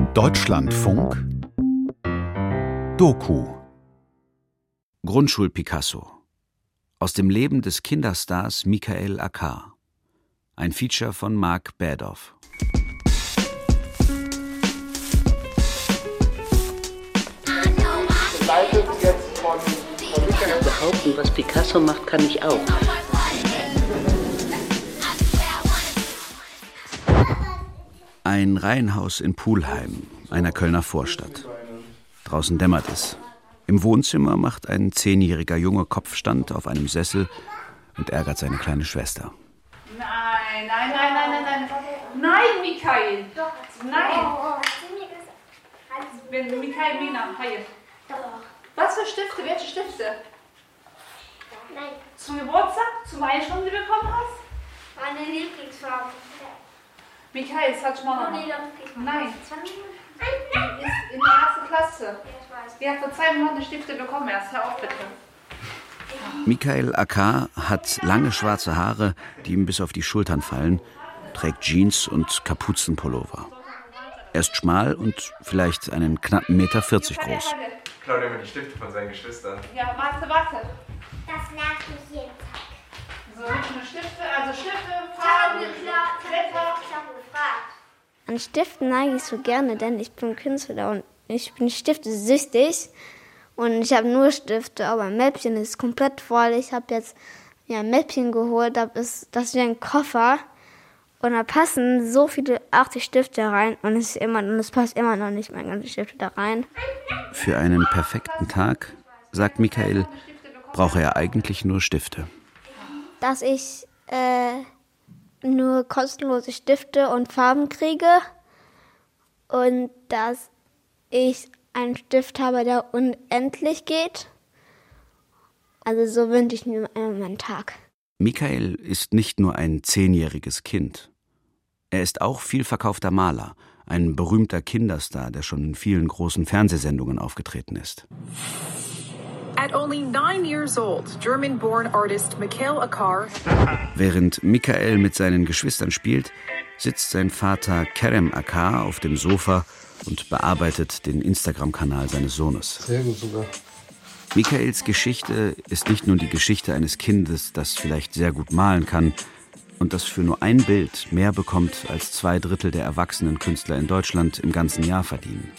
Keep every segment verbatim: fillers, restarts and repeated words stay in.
Deutschlandfunk Doku Grundschul-Picasso. Aus dem Leben des Kinderstars Michael Acar. Ein Feature von Mark Badoff. Behaupten, was Picasso macht, kann ich auch. Ein Reihenhaus in Pulheim, einer Kölner Vorstadt. Draußen dämmert es. Im Wohnzimmer macht ein zehnjähriger Junge Kopfstand auf einem Sessel und ärgert seine kleine Schwester. Nein, nein, nein, nein, nein, nein. Nein, Michael. Nein. Wenn Michael, Mina, hier. Was für Stifte? Welche Stifte? Nein. Zum Geburtstag? Zum Einschulung, die du bekommen hast? Meine Lieblingsfarbe. Michael, sag ich mal noch. Nein. Nein. Nein. Ist in der ersten Klasse. Ja, ich weiß. Die hat vor zwei Monaten Stifte bekommen erst. Hör auf, bitte. Michael Acar hat lange schwarze Haare, die ihm bis auf die Schultern fallen, trägt Jeans und Kapuzenpullover. Er ist schmal und vielleicht einen knappen Meter vierzig groß. Klaut immer die Stifte von seinen Geschwistern. Ja, warte, warte. Das nervt mich jeden Tag. So, nicht nur Stifte, also Stifte, Ich habe Farben, gefragt. Blätter. Ich habe gefragt. An Stiften neige ich so gerne, denn ich bin Künstler und ich bin stiftesüchtig. Und ich habe nur Stifte, aber ein Mäppchen ist komplett voll. Ich habe jetzt mir ein Mäppchen geholt, das ist, das ist wie ein Koffer. Und da passen so viele achtzig Stifte rein und es, ist immer, und es passt immer noch nicht meine ganzen Stifte da rein. Für einen perfekten Tag, sagt Michael, brauche er eigentlich nur Stifte. Dass ich äh, nur kostenlose Stifte und Farben kriege und dass ich einen Stift habe, der unendlich geht. Also so wünsche ich mir meinen Tag. Michael ist nicht nur ein zehnjähriges Kind. Er ist auch vielverkaufter Maler, ein berühmter Kinderstar, der schon in vielen großen Fernsehsendungen aufgetreten ist. At only nine years old, German-born artist Michael Acar. Während Michael mit seinen Geschwistern spielt, sitzt sein Vater Kerem Acar auf dem Sofa und bearbeitet den Instagram-Kanal seines Sohnes. Sehr gut sogar. Michaels Geschichte ist nicht nur die Geschichte eines Kindes, das vielleicht sehr gut malen kann und das für nur ein Bild mehr bekommt, als zwei Drittel der erwachsenen Künstler in Deutschland im ganzen Jahr verdienen.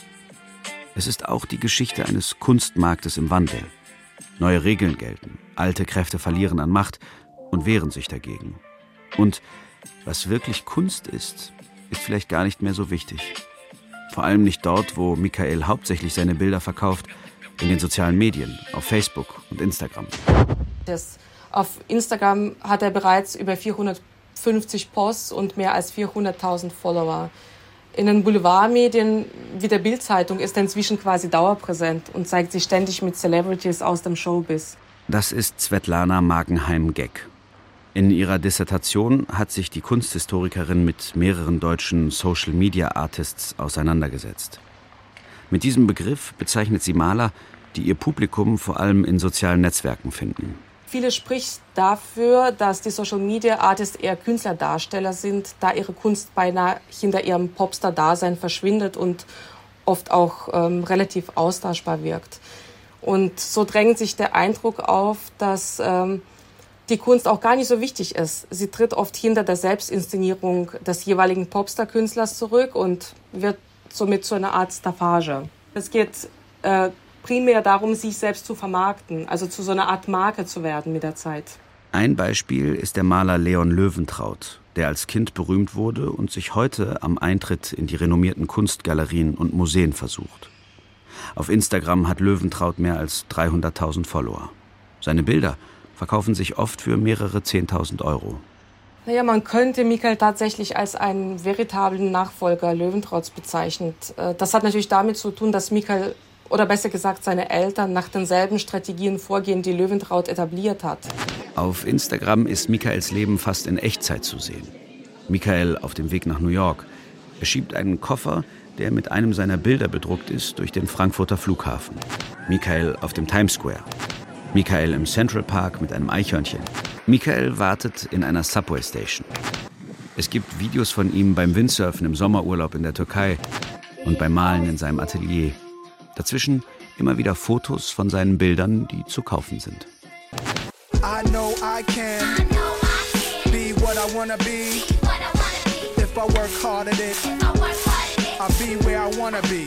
Es ist auch die Geschichte eines Kunstmarktes im Wandel. Neue Regeln gelten, alte Kräfte verlieren an Macht und wehren sich dagegen. Und was wirklich Kunst ist, ist vielleicht gar nicht mehr so wichtig. Vor allem nicht dort, wo Michael hauptsächlich seine Bilder verkauft, in den sozialen Medien, auf Facebook und Instagram. Das, auf Instagram hat er bereits über vierhundertfünfzig Posts und mehr als vierhunderttausend Follower. In den Boulevardmedien wie der Bild-Zeitung ist er inzwischen quasi dauerpräsent und zeigt sich ständig mit Celebrities aus dem Showbiz. Das ist Svetlana Magenheim-Geck. In ihrer Dissertation hat sich die Kunsthistorikerin mit mehreren deutschen Social-Media-Artists auseinandergesetzt. Mit diesem Begriff bezeichnet sie Maler, die ihr Publikum vor allem in sozialen Netzwerken finden. Viele spricht dafür, dass die Social-Media-Artists eher Künstlerdarsteller sind, da ihre Kunst beinahe hinter ihrem Popstar-Dasein verschwindet und oft auch ähm, relativ austauschbar wirkt. Und so drängt sich der Eindruck auf, dass ähm, die Kunst auch gar nicht so wichtig ist. Sie tritt oft hinter der Selbstinszenierung des jeweiligen Popstar-Künstlers zurück und wird somit zu einer Art Staffage. Es geht äh, primär darum, sich selbst zu vermarkten, also zu so einer Art Marke zu werden mit der Zeit. Ein Beispiel ist der Maler Leon Löwentraut, der als Kind berühmt wurde und sich heute am Eintritt in die renommierten Kunstgalerien und Museen versucht. Auf Instagram hat Löwentraut mehr als dreihunderttausend Follower. Seine Bilder verkaufen sich oft für mehrere zehntausend Euro. Naja, man könnte Michael tatsächlich als einen veritablen Nachfolger Löwentrauts bezeichnen. Das hat natürlich damit zu tun, dass Michael, oder besser gesagt seine Eltern, nach denselben Strategien vorgehen, die Löwentraut etabliert hat. Auf Instagram ist Michaels Leben fast in Echtzeit zu sehen. Michael auf dem Weg nach New York. Er schiebt einen Koffer, der mit einem seiner Bilder bedruckt ist, durch den Frankfurter Flughafen. Michael auf dem Times Square. Michael im Central Park mit einem Eichhörnchen. Michael wartet in einer Subway Station. Es gibt Videos von ihm beim Windsurfen im Sommerurlaub in der Türkei. und beim Malen in seinem Atelier. Dazwischen immer wieder Fotos von seinen Bildern, die zu kaufen sind. I know I can be what I wanna be. If I work hard at it, I'll be where I wanna be.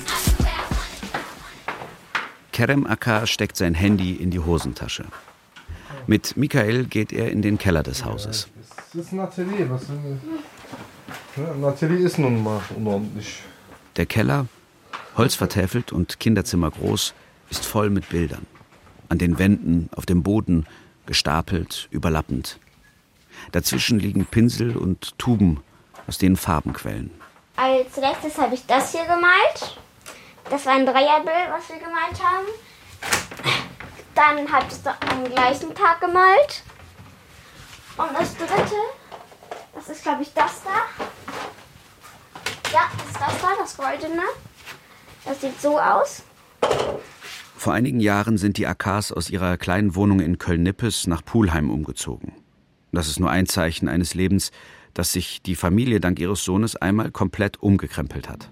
Kerem Akar steckt sein Handy in die Hosentasche. Mit Michael geht er in den Keller des Hauses. Das ist ein Atelier. Was ja, ein Atelier ist nun mal unordentlich. Der Keller, holzvertäfelt und Kinderzimmer groß, ist voll mit Bildern. An den Wänden, auf dem Boden, gestapelt, überlappend. Dazwischen liegen Pinsel und Tuben, aus denen Farben quellen. Als letztes habe ich das hier gemalt. Das war ein Dreierbild, was wir gemalt haben. Dann habe ich es am gleichen Tag gemalt. Und das dritte, das ist glaube ich das da. Ja, das ist das da, das goldene. Das sieht so aus. Vor einigen Jahren sind die Akars aus ihrer kleinen Wohnung in Köln-Nippes nach Pulheim umgezogen. Das ist nur ein Zeichen eines Lebens, dass sich die Familie dank ihres Sohnes einmal komplett umgekrempelt hat.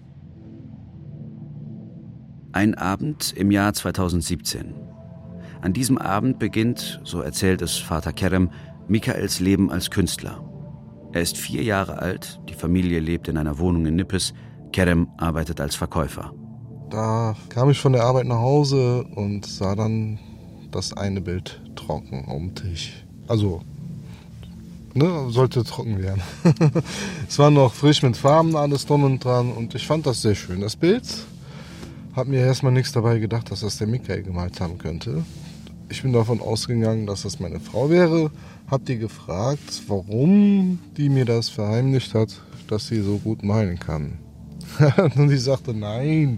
Ein Abend im Jahr zweitausendsiebzehn. An diesem Abend beginnt, so erzählt es Vater Kerem, Michaels Leben als Künstler. Er ist vier Jahre alt, die Familie lebt in einer Wohnung in Nippes, Kerem arbeitet als Verkäufer. Da kam ich von der Arbeit nach Hause und sah dann das eine Bild trocken auf dem Tisch. Also, ne, sollte trocken werden. Es war noch frisch mit Farben, alles drum und dran und ich fand das sehr schön. Das Bild, hab mir erstmal nichts dabei gedacht, dass das der Michael gemalt haben könnte. Ich bin davon ausgegangen, dass das meine Frau wäre. Hab die gefragt, warum die mir das verheimlicht hat, dass sie so gut malen kann. Und die sagte, nein,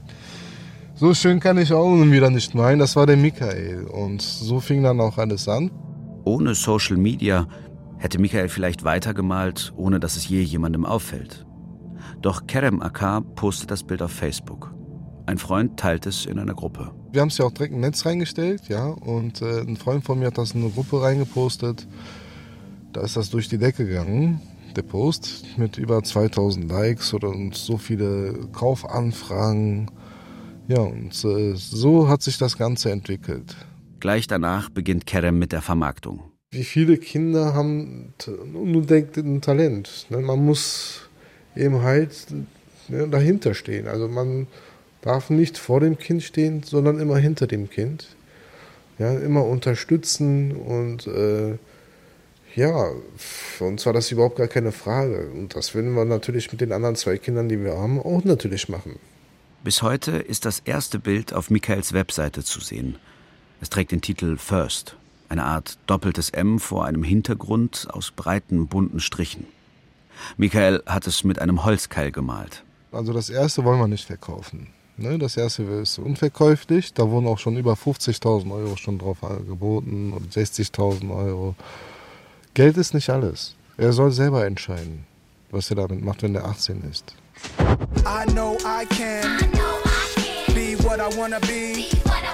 so schön kann ich auch wieder nicht malen, das war der Michael. Und so fing dann auch alles an. Ohne Social Media hätte Michael vielleicht weitergemalt, ohne dass es je jemandem auffällt. Doch Kerem Akar postet das Bild auf Facebook. Ein Freund teilt es in einer Gruppe. Wir haben es ja auch direkt im Netz reingestellt, ja. Und äh, ein Freund von mir hat das in eine Gruppe reingepostet. Da ist das durch die Decke gegangen, der Post, mit über zweitausend Likes oder und so viele Kaufanfragen. Ja, und äh, so hat sich das Ganze entwickelt. Gleich danach beginnt Kerem mit der Vermarktung. Wie viele Kinder haben nur ein Talent. Ne? Man muss eben halt ne, dahinter stehen. Also man darf nicht vor dem Kind stehen, sondern immer hinter dem Kind. Ja, immer unterstützen und äh, ja, und zwar das ist überhaupt gar keine Frage. Und das werden wir natürlich mit den anderen zwei Kindern, die wir haben, auch natürlich machen. Bis heute ist das erste Bild auf Michaels Webseite zu sehen. Es trägt den Titel First, eine Art doppeltes M vor einem Hintergrund aus breiten, bunten Strichen. Michael hat es mit einem Holzkeil gemalt. Also das erste wollen wir nicht verkaufen. Ne, das erste ist unverkäuflich. Da wurden auch schon über fünfzigtausend Euro schon drauf geboten und sechzigtausend Euro. Geld ist nicht alles. Er soll selber entscheiden, was er damit macht, wenn er achtzehn ist. I know I can be what I wanna be.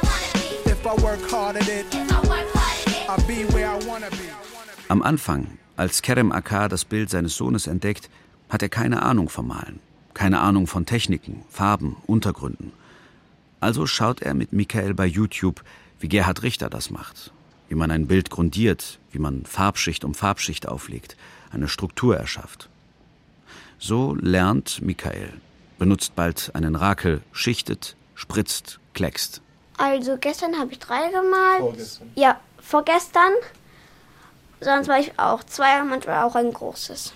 If I work hard at it, I'll be where I wanna be. Am Anfang, als Kerem Akar das Bild seines Sohnes entdeckt, hat er keine Ahnung vom Malen. Keine Ahnung von Techniken, Farben, Untergründen. Also schaut er mit Michael bei YouTube, wie Gerhard Richter das macht. Wie man ein Bild grundiert, wie man Farbschicht um Farbschicht auflegt, eine Struktur erschafft. So lernt Michael, benutzt bald einen Rakel, schichtet, spritzt, kleckst. Also gestern habe ich drei gemalt. Vorgestern. Ja, vorgestern. Sonst war ich auch zwei, manchmal auch ein großes.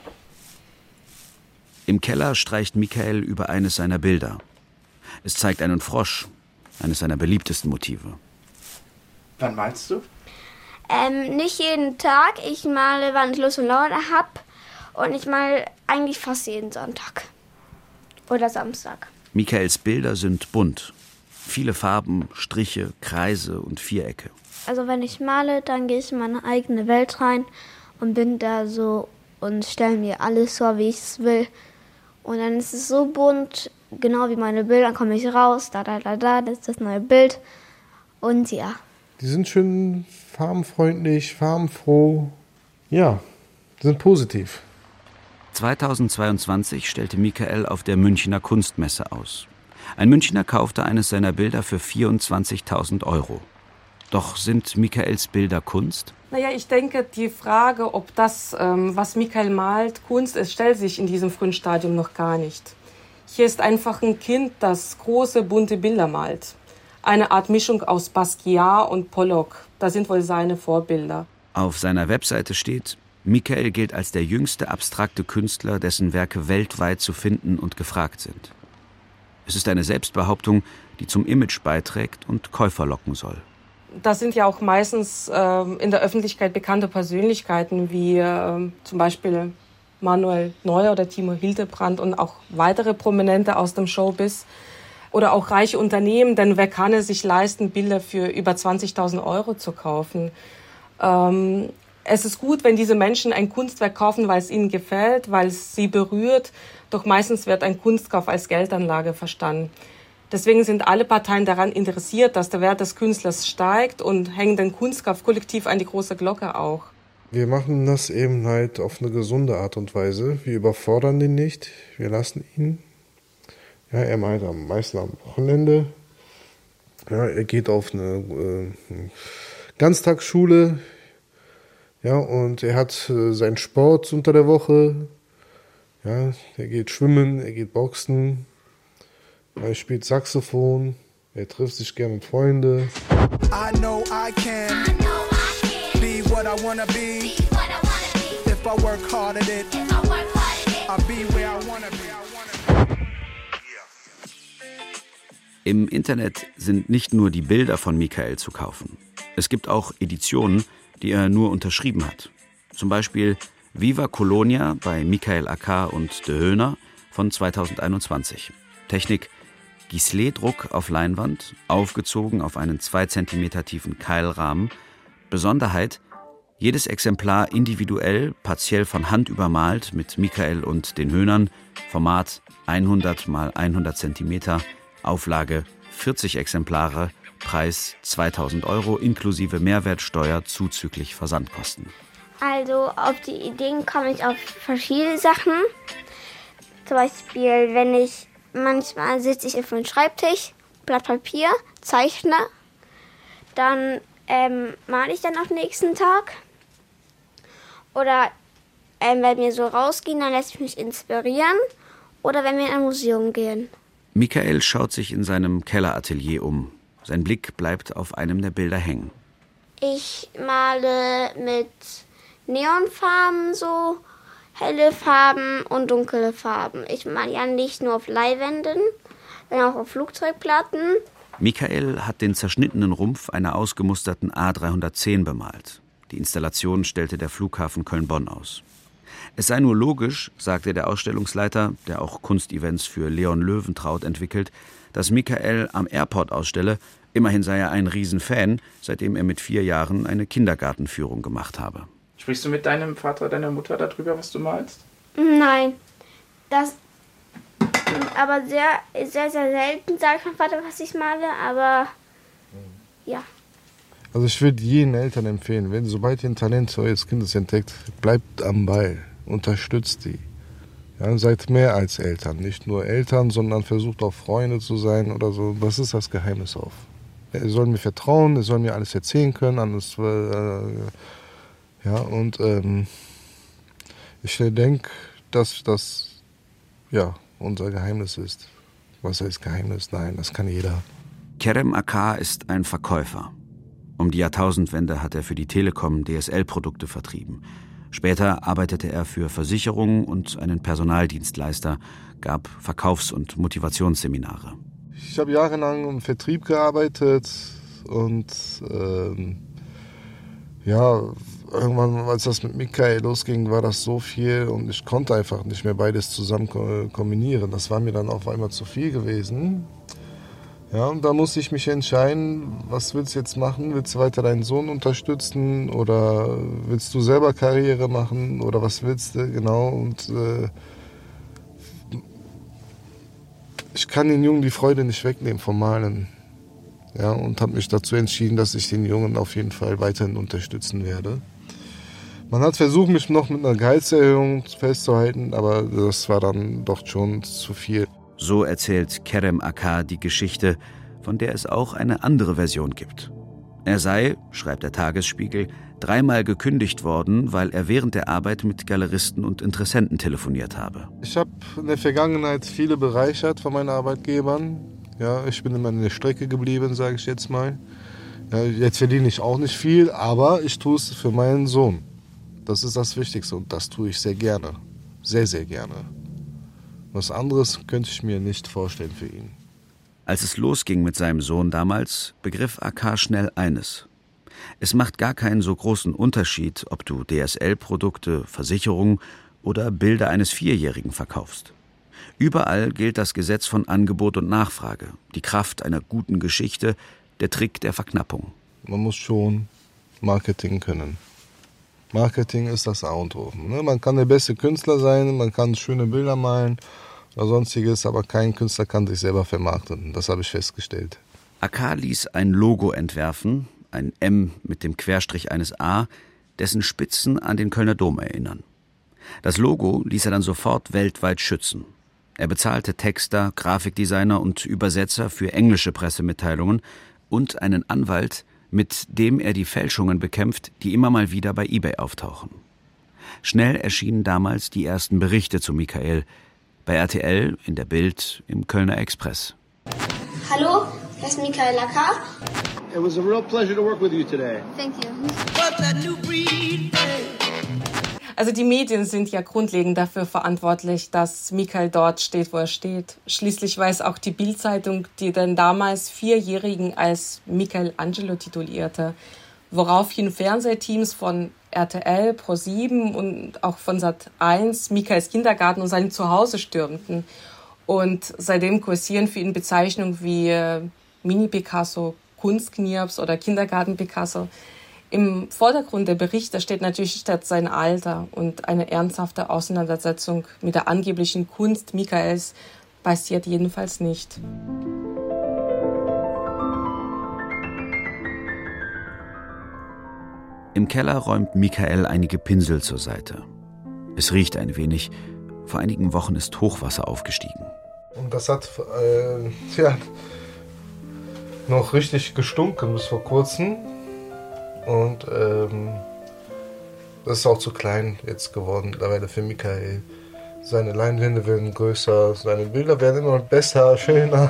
Im Keller streicht Michael über eines seiner Bilder. Es zeigt einen Frosch, eines seiner beliebtesten Motive. Wann malst du? Ähm, nicht jeden Tag. Ich male, wann ich Lust und Laune habe. Und ich male eigentlich fast jeden Sonntag. Oder Samstag. Michaels Bilder sind bunt. Viele Farben, Striche, Kreise und Vierecke. Also wenn ich male, dann gehe ich in meine eigene Welt rein und bin da so und stelle mir alles vor, wie ich es will. Und dann ist es so bunt, genau wie meine Bilder, dann komme ich raus, da, da, da, da, das ist das neue Bild. Und ja. Die sind schön farbenfreundlich, farbenfroh. Ja, sind positiv. zweitausendzweiundzwanzig stellte Michael auf der Münchner Kunstmesse aus. Ein Münchner kaufte eines seiner Bilder für vierundzwanzigtausend Euro. Doch sind Michaels Bilder Kunst? Naja, ich denke, die Frage, ob das, ähm, was Michael malt, Kunst ist, stellt sich in diesem frühen Stadium noch gar nicht. Hier ist einfach ein Kind, das große, bunte Bilder malt. Eine Art Mischung aus Basquiat und Pollock. Das sind wohl seine Vorbilder. Auf seiner Webseite steht: Michael gilt als der jüngste abstrakte Künstler, dessen Werke weltweit zu finden und gefragt sind. Es ist eine Selbstbehauptung, die zum Image beiträgt und Käufer locken soll. Das sind ja auch meistens äh, in der Öffentlichkeit bekannte Persönlichkeiten, wie äh, zum Beispiel Manuel Neuer oder Timo Hildebrand und auch weitere Prominente aus dem Showbiz. Oder auch reiche Unternehmen, denn wer kann es sich leisten, Bilder für über zwanzigtausend Euro zu kaufen? Ähm, es ist gut, wenn diese Menschen ein Kunstwerk kaufen, weil es ihnen gefällt, weil es sie berührt. Doch meistens wird ein Kunstkauf als Geldanlage verstanden. Deswegen sind alle Parteien daran interessiert, dass der Wert des Künstlers steigt und hängen den Kunstkauf kollektiv an die große Glocke auch. Wir machen das eben halt auf eine gesunde Art und Weise. Wir überfordern ihn nicht, wir lassen ihn. Ja, er malt am meisten am Wochenende. Ja, er geht auf eine äh, Ganztagsschule. Ja, und er hat äh, seinen Sport unter der Woche. Ja, er geht schwimmen, er geht boxen. Er spielt Saxophon. Er trifft sich gerne mit Freunden. I know I can be what I wanna be. If I work hard at it, I'll be where I wanna be. Im Internet sind nicht nur die Bilder von Michael zu kaufen. Es gibt auch Editionen, die er nur unterschrieben hat. Zum Beispiel Viva Colonia bei Michael Acar und De Höhner von zweitausendeinundzwanzig. Technik: Gislet-Druck auf Leinwand, aufgezogen auf einen zwei Zentimeter tiefen Keilrahmen. Besonderheit: jedes Exemplar individuell, partiell von Hand übermalt mit Michael und den Höhnern. Format hundert mal hundert Zentimeter. Auflage vierzig Exemplare, Preis zweitausend Euro inklusive Mehrwertsteuer zuzüglich Versandkosten. Also auf die Ideen komme ich auf verschiedene Sachen. Zum Beispiel, wenn ich manchmal sitze ich auf einem Schreibtisch, Blatt Papier, zeichne, dann ähm, male ich dann am nächsten Tag. Oder ähm, wenn wir so rausgehen, dann lässt ich mich inspirieren. Oder wenn wir in ein Museum gehen. Michael schaut sich in seinem Kelleratelier um. Sein Blick bleibt auf einem der Bilder hängen. Ich male mit Neonfarben, so helle Farben und dunkle Farben. Ich male ja nicht nur auf Leinwänden, sondern auch auf Flugzeugplatten. Michael hat den zerschnittenen Rumpf einer ausgemusterten A dreihundertzehn bemalt. Die Installation stellte der Flughafen Köln-Bonn aus. Es sei nur logisch, sagte der Ausstellungsleiter, der auch Kunstevents für Leon Löwentraut entwickelt, dass Michael am Airport ausstelle. Immerhin sei er ein Riesenfan, seitdem er mit vier Jahren eine Kindergartenführung gemacht habe. Sprichst du mit deinem Vater, deiner Mutter darüber, was du malst? Nein, das aber sehr, sehr, sehr selten sage ich meinem Vater, was ich male, aber ja. Also ich würde jeden Eltern empfehlen, wenn sobald ihr ein Talent eures Kindes entdeckt, bleibt am Ball, unterstützt die. Ja, seid mehr als Eltern, nicht nur Eltern, sondern versucht auch Freunde zu sein oder so. Das ist das Geheimnis auf. Er soll mir vertrauen, er soll mir alles erzählen können, anders, äh, ja, und ähm, ich denke, dass das ja unser Geheimnis ist. Was heißt Geheimnis? Nein, das kann jeder. Kerem Acar ist ein Verkäufer. Um die Jahrtausendwende hat er für die Telekom D S L-Produkte vertrieben. Später arbeitete er für Versicherungen und einen Personaldienstleister, gab Verkaufs- und Motivationsseminare. Ich habe jahrelang im Vertrieb gearbeitet und ähm, ja, irgendwann, als das mit Michael losging, war das so viel und ich konnte einfach nicht mehr beides zusammen kombinieren. Das war mir dann auf einmal zu viel gewesen. Ja, und da musste ich mich entscheiden, was willst du jetzt machen? Willst du weiter deinen Sohn unterstützen oder willst du selber Karriere machen oder was willst du genau? Und äh, ich kann den Jungen die Freude nicht wegnehmen vom Malen. Ja, und habe mich dazu entschieden, dass ich den Jungen auf jeden Fall weiterhin unterstützen werde. Man hat versucht, mich noch mit einer Gehaltserhöhung festzuhalten, aber das war dann doch schon zu viel. So erzählt Kerem Akar die Geschichte, von der es auch eine andere Version gibt. Er sei, schreibt der Tagesspiegel, dreimal gekündigt worden, weil er während der Arbeit mit Galeristen und Interessenten telefoniert habe. Ich habe in der Vergangenheit viele bereichert von meinen Arbeitgebern. Ja, ich bin immer an der Strecke geblieben, sage ich jetzt mal. Ja, jetzt verdiene ich auch nicht viel, aber ich tue es für meinen Sohn. Das ist das Wichtigste und das tue ich sehr gerne. Sehr, sehr gerne. Was anderes könnte ich mir nicht vorstellen für ihn. Als es losging mit seinem Sohn damals, begriff Akar schnell eines. Es macht gar keinen so großen Unterschied, ob du D S L-Produkte, Versicherungen oder Bilder eines Vierjährigen verkaufst. Überall gilt das Gesetz von Angebot und Nachfrage, die Kraft einer guten Geschichte, der Trick der Verknappung. Man muss schon Marketing können. Marketing ist das A und O. Man kann der beste Künstler sein, man kann schöne Bilder malen oder sonstiges, aber kein Künstler kann sich selber vermarkten. Das habe ich festgestellt. Akar ließ ein Logo entwerfen, ein M mit dem Querstrich eines A, dessen Spitzen an den Kölner Dom erinnern. Das Logo ließ er dann sofort weltweit schützen. Er bezahlte Texter, Grafikdesigner und Übersetzer für englische Pressemitteilungen und einen Anwalt, mit dem er die Fälschungen bekämpft, die immer mal wieder bei eBay auftauchen. Schnell erschienen damals die ersten Berichte zu Michael, bei R T L, in der Bild, im Kölner Express. Hallo, das ist Michael Akar. It was a real pleasure to work with you today. Thank you. Also die Medien sind ja grundlegend dafür verantwortlich, dass Michael dort steht, wo er steht. Schließlich weiß auch die Bild-Zeitung, die den damals Vierjährigen als Michelangelo titulierte, woraufhin Fernsehteams von R T L, ProSieben und auch von Sat eins Michaels Kindergarten und sein Zuhause stürmten. Und seitdem kursieren für ihn Bezeichnungen wie äh, Mini-Picasso, Kunstknirps oder Kindergarten-Picasso. Im Vordergrund der Berichte steht natürlich statt sein Alter und eine ernsthafte Auseinandersetzung mit der angeblichen Kunst Michaels passiert jedenfalls nicht. Im Keller räumt Michael einige Pinsel zur Seite. Es riecht ein wenig. Vor einigen Wochen ist Hochwasser aufgestiegen. Und das hat äh, ja, noch richtig gestunken bis vor kurzem. Und ähm, das ist auch zu klein jetzt geworden mittlerweile für Michael. Seine Leinwände werden größer, seine Bilder werden immer besser, schöner.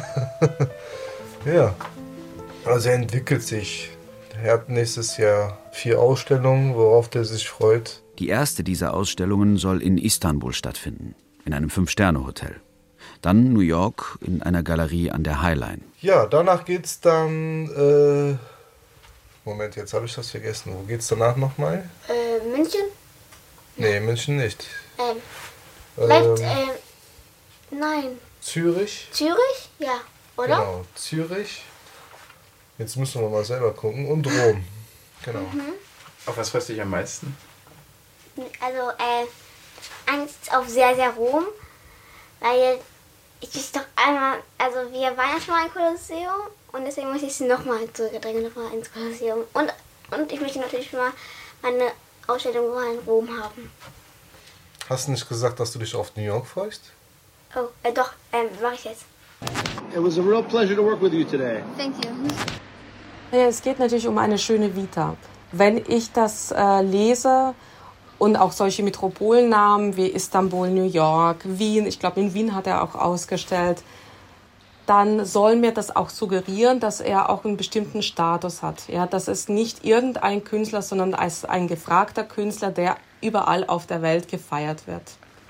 Ja, also er entwickelt sich. Er hat nächstes Jahr vier Ausstellungen, worauf er sich freut. Die erste dieser Ausstellungen soll in Istanbul stattfinden, in einem Fünf-Sterne-Hotel. Dann New York in einer Galerie an der High Line. Ja, danach geht's dann... Äh Moment, jetzt habe ich das vergessen. Wo geht's danach nochmal? Äh, München? Nee, München nicht. Ähm, bleibt, ähm, äh, nein. Zürich? Zürich? Ja, oder? Genau, Zürich. Jetzt müssen wir mal selber gucken. Und Rom. Genau. Mhm. Auf was freust du dich am meisten? Also, äh, Angst auf sehr, sehr Rom. Weil ich ist doch einmal, also wir waren ja schon mal im Kolosseum. Und deswegen möchte ich sie nochmal zurückdrängen, nochmal ins Kolosseum. Und, und ich möchte natürlich mal meine Ausstellung mal in Rom haben. Hast du nicht gesagt, dass du dich auf New York freust? Oh, äh, doch, ähm, mache ich jetzt. It was a real pleasure to work with you today. Thank you. Ja, es geht natürlich um eine schöne Vita. Wenn ich das äh, lese und auch solche Metropolennamen wie Istanbul, New York, Wien, ich glaube in Wien hat er auch ausgestellt, dann soll mir das auch suggerieren, dass er auch einen bestimmten Status hat. Ja, das ist nicht irgendein Künstler, sondern als ein gefragter Künstler, der überall auf der Welt gefeiert wird.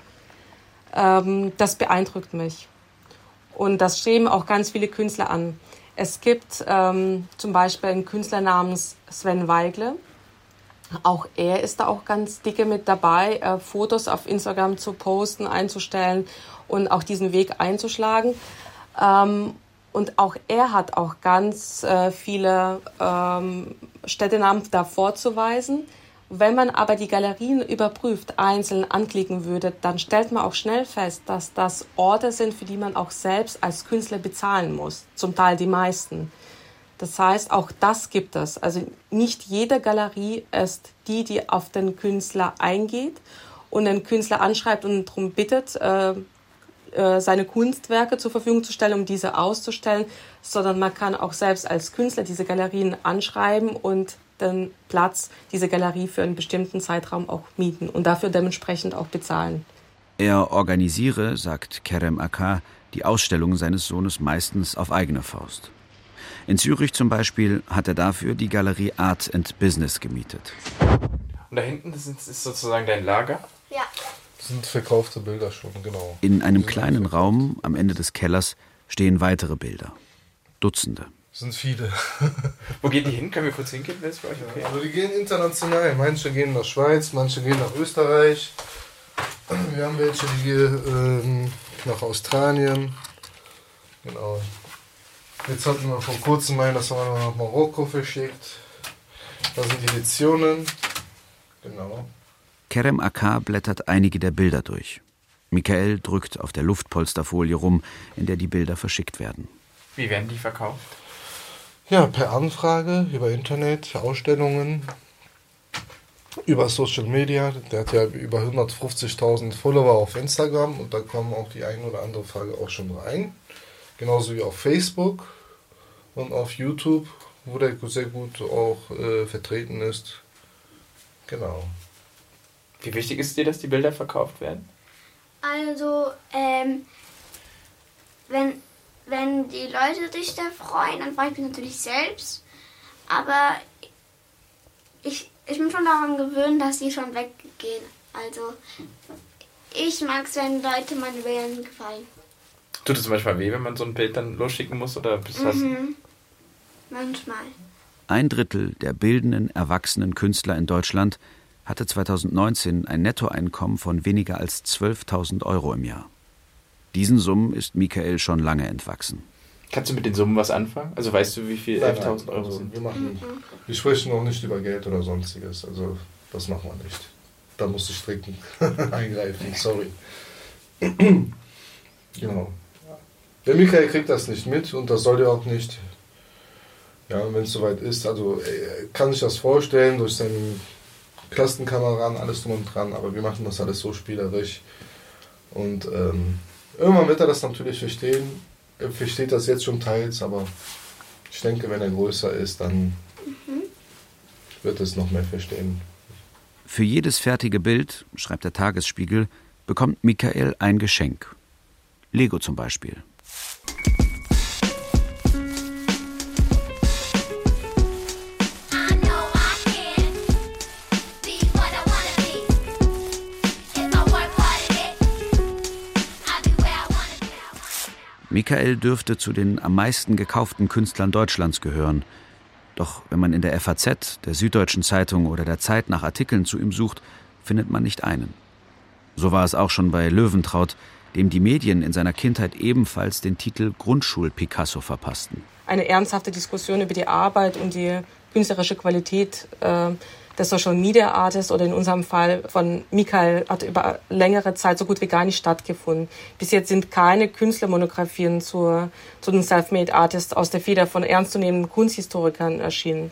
Ähm, das beeindruckt mich. Und das streben auch ganz viele Künstler an. Es gibt ähm, zum Beispiel einen Künstler namens Sven Weigle. Auch er ist da auch ganz dicke mit dabei, äh, Fotos auf Instagram zu posten, einzustellen und auch diesen Weg einzuschlagen. Ähm, und auch er hat auch ganz äh, viele ähm, Städtenamen da vorzuweisen. Wenn man aber die Galerien überprüft, einzeln anklicken würde, dann stellt man auch schnell fest, dass das Orte sind, für die man auch selbst als Künstler bezahlen muss. Zum Teil die meisten. Das heißt, auch das gibt es. Also nicht jede Galerie ist die, die auf den Künstler eingeht und den Künstler anschreibt und darum bittet, äh, äh, seine Kunstwerke zur Verfügung zu stellen, um diese auszustellen, sondern man kann auch selbst als Künstler diese Galerien anschreiben und den Platz, diese Galerie für einen bestimmten Zeitraum auch mieten und dafür dementsprechend auch bezahlen. Er organisiere, sagt Kerem Akar, die Ausstellungen seines Sohnes meistens auf eigene Faust. In Zürich zum Beispiel hat er dafür die Galerie Art and Business gemietet. Und da hinten das ist, ist sozusagen dein Lager? Ja. Das sind verkaufte Bilder schon, genau. In einem kleinen Raum am Ende des Kellers stehen weitere Bilder. Dutzende. Das sind viele. Wo geht die hin? Können wir kurz hingehen? Wäre es für euch okay? Also die gehen international. Manche gehen nach Schweiz, manche gehen nach Österreich. Wir haben welche, die gehen ähm, nach Australien. Genau. Jetzt hatten wir vor kurzem einen, das haben wir nach Marokko verschickt. Da sind die Editionen. Genau. Kerem Akar blättert einige der Bilder durch. Michael drückt auf der Luftpolsterfolie rum, in der die Bilder verschickt werden. Wie werden die verkauft? Ja, per Anfrage, über Internet, Ausstellungen, über Social Media. Der hat ja über hundertfünfzigtausend Follower auf Instagram und da kommen auch die ein oder andere Frage auch schon rein. Genauso wie auf Facebook und auf YouTube, wo der sehr gut auch äh, vertreten ist. Genau. Wie wichtig ist dir, dass die Bilder verkauft werden? Also, ähm, wenn, wenn die Leute sich da freuen, dann freue ich mich natürlich selbst. Aber ich, ich bin schon daran gewöhnt, dass die schon weggehen. Also, ich mag es, wenn Leute meine Bilder gefallen. Tut es manchmal weh, wenn man so ein Bild dann losschicken muss? Oder bist das Mhm. Manchmal. Ein Drittel der bildenden, erwachsenen Künstler in Deutschland hatte zweitausendneunzehn ein Nettoeinkommen von weniger als zwölftausend Euro im Jahr. Diesen Summen ist Michael schon lange entwachsen. Kannst du mit den Summen was anfangen? Also weißt du, wie viel elftausend Euro also sind? Wir, machen, wir sprechen auch nicht über Geld oder sonstiges. Also das machen wir nicht. Da muss ich strikt eingreifen, sorry. Genau. Der Michael kriegt das nicht mit und das soll er auch nicht. Ja, wenn es soweit ist, also er kann sich das vorstellen durch seinen Klassenkameraden, alles drum und dran, aber wir machen das alles so spielerisch. Und ähm, irgendwann wird er das natürlich verstehen. Er versteht das jetzt schon teils, aber ich denke, wenn er größer ist, dann mhm. wird er es noch mehr verstehen. Für jedes fertige Bild, schreibt der Tagesspiegel, bekommt Michael ein Geschenk. Lego zum Beispiel. Michael dürfte zu den am meisten gekauften Künstlern Deutschlands gehören. Doch wenn man in der F A Z, der Süddeutschen Zeitung oder der Zeit nach Artikeln zu ihm sucht, findet man nicht einen. So war es auch schon bei Löwentraut, dem die Medien in seiner Kindheit ebenfalls den Titel Grundschul-Picasso verpassten. Eine ernsthafte Diskussion über die Arbeit und die künstlerische Qualität äh, des Social Media Artists oder in unserem Fall von Michael hat über längere Zeit so gut wie gar nicht stattgefunden. Bis jetzt sind keine Künstlermonographien zur, zu den Selfmade Artists aus der Feder von ernstzunehmenden Kunsthistorikern erschienen.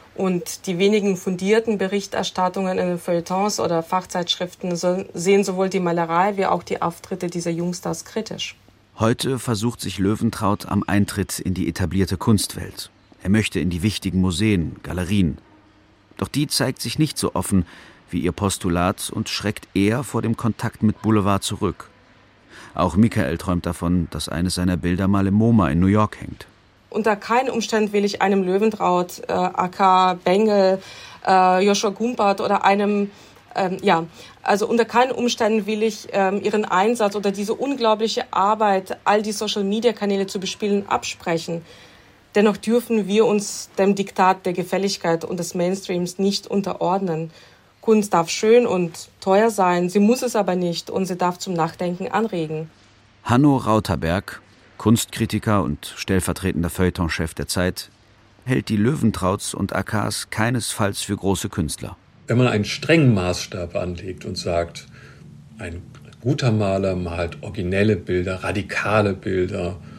Und die wenigen fundierten Berichterstattungen in den Feuilletons oder Fachzeitschriften so, sehen sowohl die Malerei wie auch die Auftritte dieser Jungstars kritisch. Heute versucht sich Löwentraut am Eintritt in die etablierte Kunstwelt. Er möchte in die wichtigen Museen, Galerien. Doch die zeigt sich nicht so offen wie ihr Postulat und schreckt eher vor dem Kontakt mit Boulevard zurück. Auch Michael träumt davon, dass eines seiner Bilder mal im MoMA in New York hängt. Unter keinen Umständen will ich einem Löwentraut, äh, Akar Bengel, äh, Joshua Gumpert oder einem, ähm, ja, also unter keinen Umständen will ich ähm, ihren Einsatz oder diese unglaubliche Arbeit, all die Social-Media-Kanäle zu bespielen, absprechen. Dennoch dürfen wir uns dem Diktat der Gefälligkeit und des Mainstreams nicht unterordnen. Kunst darf schön und teuer sein, sie muss es aber nicht und sie darf zum Nachdenken anregen. Hanno Rauterberg, Kunstkritiker und stellvertretender Feuilletonchef der Zeit, hält die Löwentrauts und Akars keinesfalls für große Künstler. Wenn man einen strengen Maßstab anlegt und sagt, ein guter Maler malt originelle Bilder, radikale Bilder,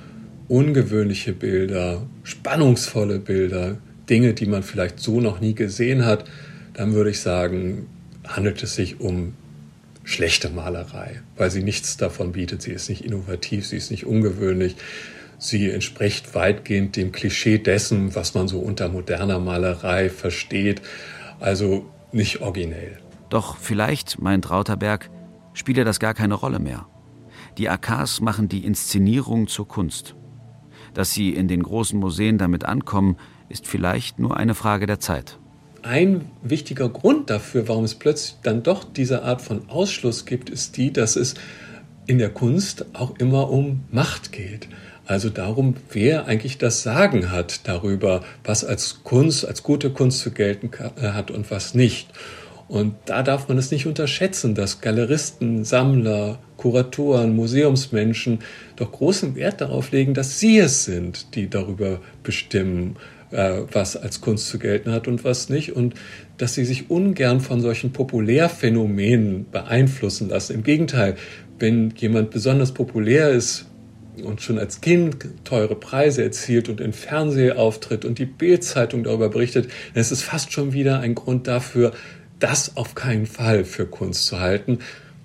ungewöhnliche Bilder, spannungsvolle Bilder, Dinge, die man vielleicht so noch nie gesehen hat, dann würde ich sagen, handelt es sich um schlechte Malerei, weil sie nichts davon bietet. Sie ist nicht innovativ, sie ist nicht ungewöhnlich. Sie entspricht weitgehend dem Klischee dessen, was man so unter moderner Malerei versteht. Also nicht originell. Doch vielleicht, meint Rauterberg, spiele das gar keine Rolle mehr. Die A Ks machen die Inszenierung zur Kunst. Dass sie in den großen Museen damit ankommen, ist vielleicht nur eine Frage der Zeit. Ein wichtiger Grund dafür, warum es plötzlich dann doch diese Art von Ausschluss gibt, ist die, dass es in der Kunst auch immer um Macht geht. Also darum, wer eigentlich das Sagen hat darüber, was als Kunst, als gute Kunst zu gelten hat und was nicht. Und da darf man es nicht unterschätzen, dass Galeristen, Sammler, Kuratoren, Museumsmenschen doch großen Wert darauf legen, dass sie es sind, die darüber bestimmen, was als Kunst zu gelten hat und was nicht. Und dass sie sich ungern von solchen Populärphänomenen beeinflussen lassen. Im Gegenteil, wenn jemand besonders populär ist und schon als Kind teure Preise erzielt und im Fernsehen auftritt und die Bild-Zeitung darüber berichtet, dann ist es fast schon wieder ein Grund dafür, das auf keinen Fall für Kunst zu halten,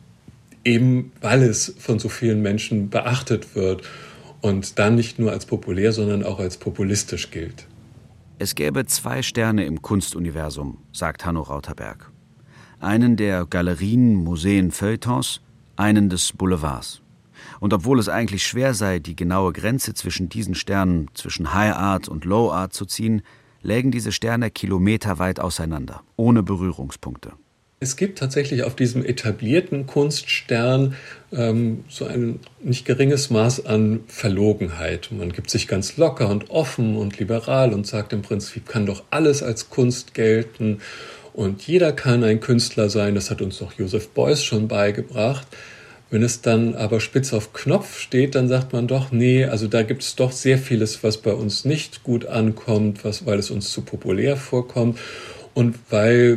eben weil es von so vielen Menschen beachtet wird und dann nicht nur als populär, sondern auch als populistisch gilt. Es gäbe zwei Sterne im Kunstuniversum, sagt Hanno Rauterberg. Einen der Galerien, Museen, Feuilletons, einen des Boulevards. Und obwohl es eigentlich schwer sei, die genaue Grenze zwischen diesen Sternen, zwischen High Art und Low Art zu ziehen, lägen diese Sterne kilometerweit auseinander, ohne Berührungspunkte. Es gibt tatsächlich auf diesem etablierten Kunststern ähm, so ein nicht geringes Maß an Verlogenheit. Man gibt sich ganz locker und offen und liberal und sagt im Prinzip, kann doch alles als Kunst gelten und jeder kann ein Künstler sein. Das hat uns doch Joseph Beuys schon beigebracht. Wenn es dann aber spitz auf Knopf steht, dann sagt man doch, nee, also da gibt es doch sehr vieles, was bei uns nicht gut ankommt, was, weil es uns zu populär vorkommt und weil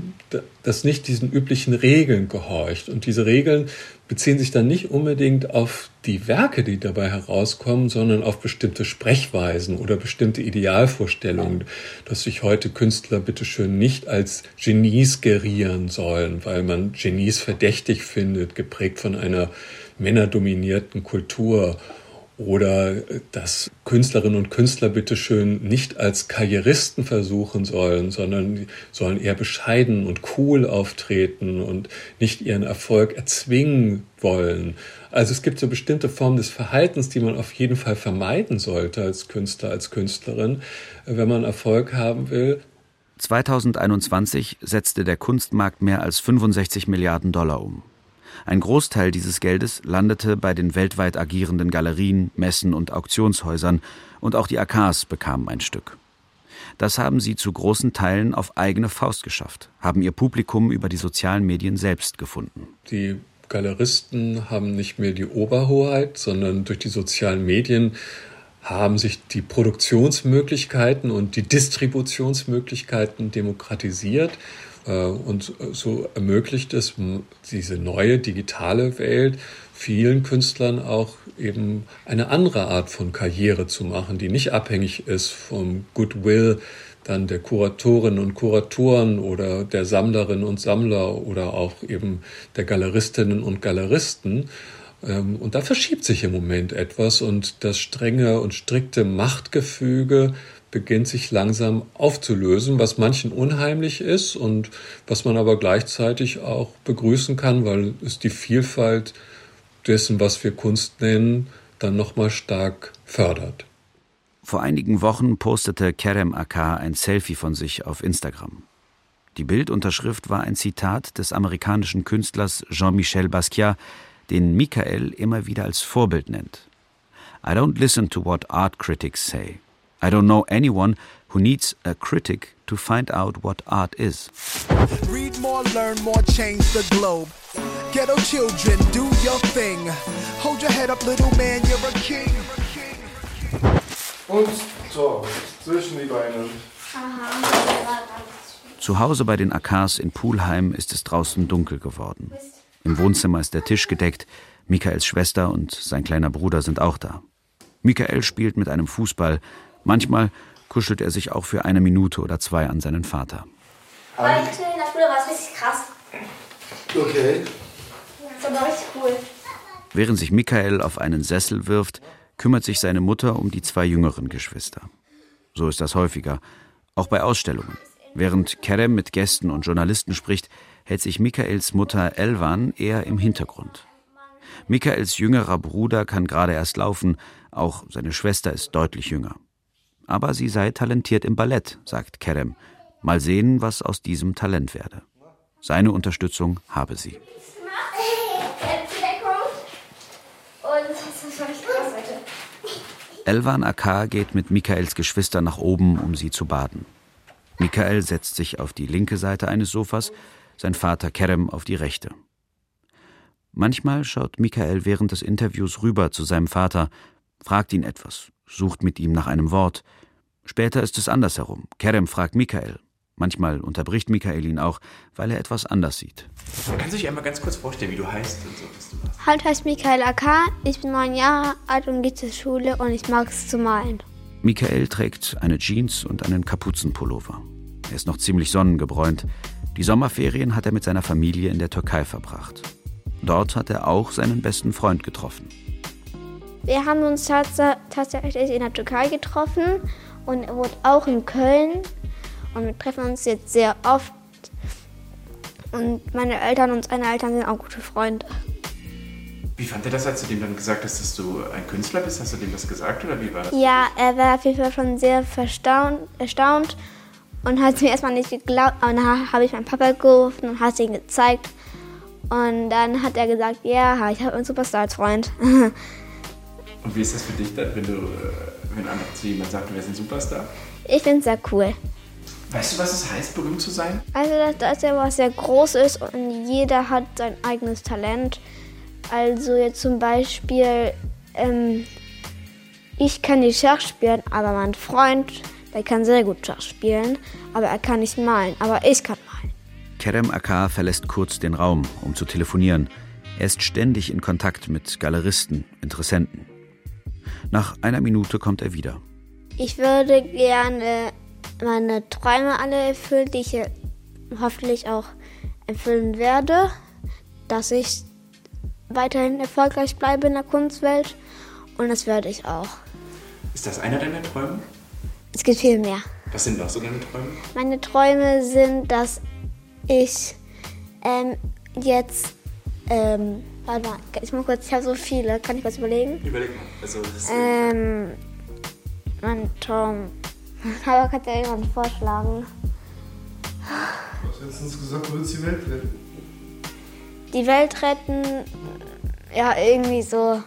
das nicht diesen üblichen Regeln gehorcht. Und diese Regeln beziehen sich dann nicht unbedingt auf die Werke, die dabei herauskommen, sondern auf bestimmte Sprechweisen oder bestimmte Idealvorstellungen, dass sich heute Künstler bitteschön nicht als Genies gerieren sollen, weil man Genies verdächtig findet, geprägt von einer männerdominierten Kultur. Oder dass Künstlerinnen und Künstler bitteschön nicht als Karrieristen versuchen sollen, sondern sollen eher bescheiden und cool auftreten und nicht ihren Erfolg erzwingen wollen. Also es gibt so bestimmte Formen des Verhaltens, die man auf jeden Fall vermeiden sollte als Künstler, als Künstlerin, wenn man Erfolg haben will. zweitausendeinundzwanzig setzte der Kunstmarkt mehr als fünfundsechzig Milliarden Dollar um. Ein Großteil dieses Geldes landete bei den weltweit agierenden Galerien, Messen und Auktionshäusern und auch die A Ks bekamen ein Stück. Das haben sie zu großen Teilen auf eigene Faust geschafft, haben ihr Publikum über die sozialen Medien selbst gefunden. Die Galeristen haben nicht mehr die Oberhoheit, sondern durch die sozialen Medien haben sich die Produktionsmöglichkeiten und die Distributionsmöglichkeiten demokratisiert. Und so ermöglicht es diese neue digitale Welt vielen Künstlern auch eben eine andere Art von Karriere zu machen, die nicht abhängig ist vom Goodwill dann der Kuratorinnen und Kuratoren oder der Sammlerinnen und Sammler oder auch eben der Galeristinnen und Galeristen. Und da verschiebt sich im Moment etwas und das strenge und strikte Machtgefüge beginnt sich langsam aufzulösen, was manchen unheimlich ist und was man aber gleichzeitig auch begrüßen kann, weil es die Vielfalt dessen, was wir Kunst nennen, dann nochmal stark fördert. Vor einigen Wochen postete Kerem Akar ein Selfie von sich auf Instagram. Die Bildunterschrift war ein Zitat des amerikanischen Künstlers Jean-Michel Basquiat, den Michael immer wieder als Vorbild nennt. I don't listen to what art critics say. I don't know anyone who needs a critic to find out what art is. Read more, learn more, change the globe. Ghetto children, do your thing. Hold your head up, little man, you're a king. Und so, zwischen die Beine. Zu Hause bei den Akars in Pulheim ist es draußen dunkel geworden. Im Wohnzimmer ist der Tisch gedeckt. Michaels Schwester und sein kleiner Bruder sind auch da. Michael spielt mit einem Fußball. Manchmal kuschelt er sich auch für eine Minute oder zwei an seinen Vater. Heute in der Schule war es richtig krass. Okay. Das war richtig cool. Während sich Michael auf einen Sessel wirft, kümmert sich seine Mutter um die zwei jüngeren Geschwister. So ist das häufiger, auch bei Ausstellungen. Während Kerem mit Gästen und Journalisten spricht, hält sich Michaels Mutter Elvan eher im Hintergrund. Michaels jüngerer Bruder kann gerade erst laufen, auch seine Schwester ist deutlich jünger. Aber sie sei talentiert im Ballett, sagt Kerem. Mal sehen, was aus diesem Talent werde. Seine Unterstützung habe sie. Elvan Akar geht mit Michaels Geschwistern nach oben, um sie zu baden. Michael setzt sich auf die linke Seite eines Sofas, sein Vater Kerem auf die rechte. Manchmal schaut Michael während des Interviews rüber zu seinem Vater, fragt ihn etwas, sucht mit ihm nach einem Wort. Später ist es andersherum. Kerem fragt Michael. Manchmal unterbricht Michael ihn auch, weil er etwas anders sieht. Kannst du dich einmal ganz kurz vorstellen, wie du heißt und so, was du machst? Halt heißt Michael Akar, ich bin neun Jahre alt und gehe zur Schule und ich mag es zu malen. Michael trägt eine Jeans und einen Kapuzenpullover. Er ist noch ziemlich sonnengebräunt. Die Sommerferien hat er mit seiner Familie in der Türkei verbracht. Dort hat er auch seinen besten Freund getroffen. Wir haben uns tats- tatsächlich in der Türkei getroffen und er wohnt auch in Köln. Und wir treffen uns jetzt sehr oft. Und meine Eltern und seine Eltern sind auch gute Freunde. Wie fand er das, als du dem dann gesagt hast, dass du ein Künstler bist? Hast du dem das gesagt oder wie war das? Ja, er war auf jeden Fall schon sehr verstaunt, erstaunt und hat mir erstmal nicht geglaubt. Aber dann habe ich meinen Papa gerufen und habe es ihm gezeigt. Und dann hat er gesagt, ja, ich habe einen Superstar als Freund. Und wie ist das für dich dann, wenn, du, wenn einfach zu jemand sagt, du wärst ein Superstar? Ich finde es sehr cool. Weißt du, was es heißt, berühmt zu sein? Also, dass er was sehr groß ist und jeder hat sein eigenes Talent. Also jetzt zum Beispiel, ähm, ich kann nicht Schach spielen, aber mein Freund, der kann sehr gut Schach spielen, aber er kann nicht malen, aber ich kann malen. Kerem Akar verlässt kurz den Raum, um zu telefonieren. Er ist ständig in Kontakt mit Galeristen, Interessenten. Nach einer Minute kommt er wieder. Ich würde gerne meine Träume alle erfüllen, die ich hoffentlich auch erfüllen werde, dass ich weiterhin erfolgreich bleibe in der Kunstwelt und das werde ich auch. Ist das einer deiner Träume? Es gibt viel mehr. Was sind noch so deine Träume? Meine Träume sind, dass ich ähm, jetzt, ähm, warte mal, ich muss kurz, ich habe so viele, kann ich kurz überlegen? Überleg mal. Also, das ist ähm, mein Traum. Aber kann ja jemand vorschlagen. Du hast letztens gesagt, du willst die Welt retten. Die Welt retten, ja, irgendwie so.